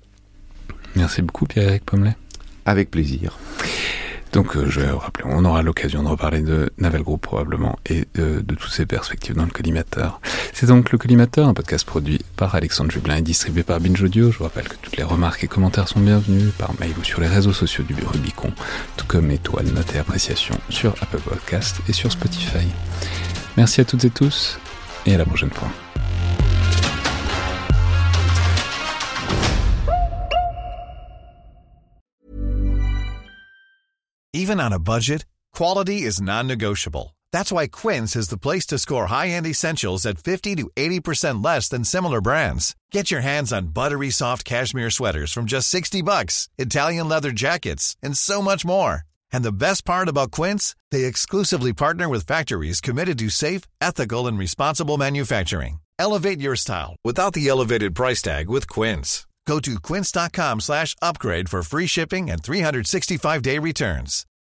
Merci beaucoup Pierre-Éric Pommelet. Avec plaisir. Donc je vais rappeler, on aura l'occasion de reparler de Naval Group probablement et de toutes ces perspectives dans le collimateur. C'est donc le collimateur, un podcast produit par Alexandre Jublin et distribué par Binge Audio. Je vous rappelle que toutes les remarques et commentaires sont bienvenus par mail ou sur les réseaux sociaux du Rubicon, tout comme étoiles, notes et appréciations sur Apple Podcast et sur Spotify. Merci à toutes et tous et à la prochaine fois. Even on a budget, quality is non-negotiable. That's why Quince is the place to score high-end essentials at 50 to 80% less than similar brands. Get your hands on buttery soft cashmere sweaters from just $60, Italian leather jackets, and so much more. And the best part about Quince, they exclusively partner with factories committed to safe, ethical, and responsible manufacturing. Elevate your style without the elevated price tag with Quince. Go to quince.com/upgrade for free shipping and 365-day returns.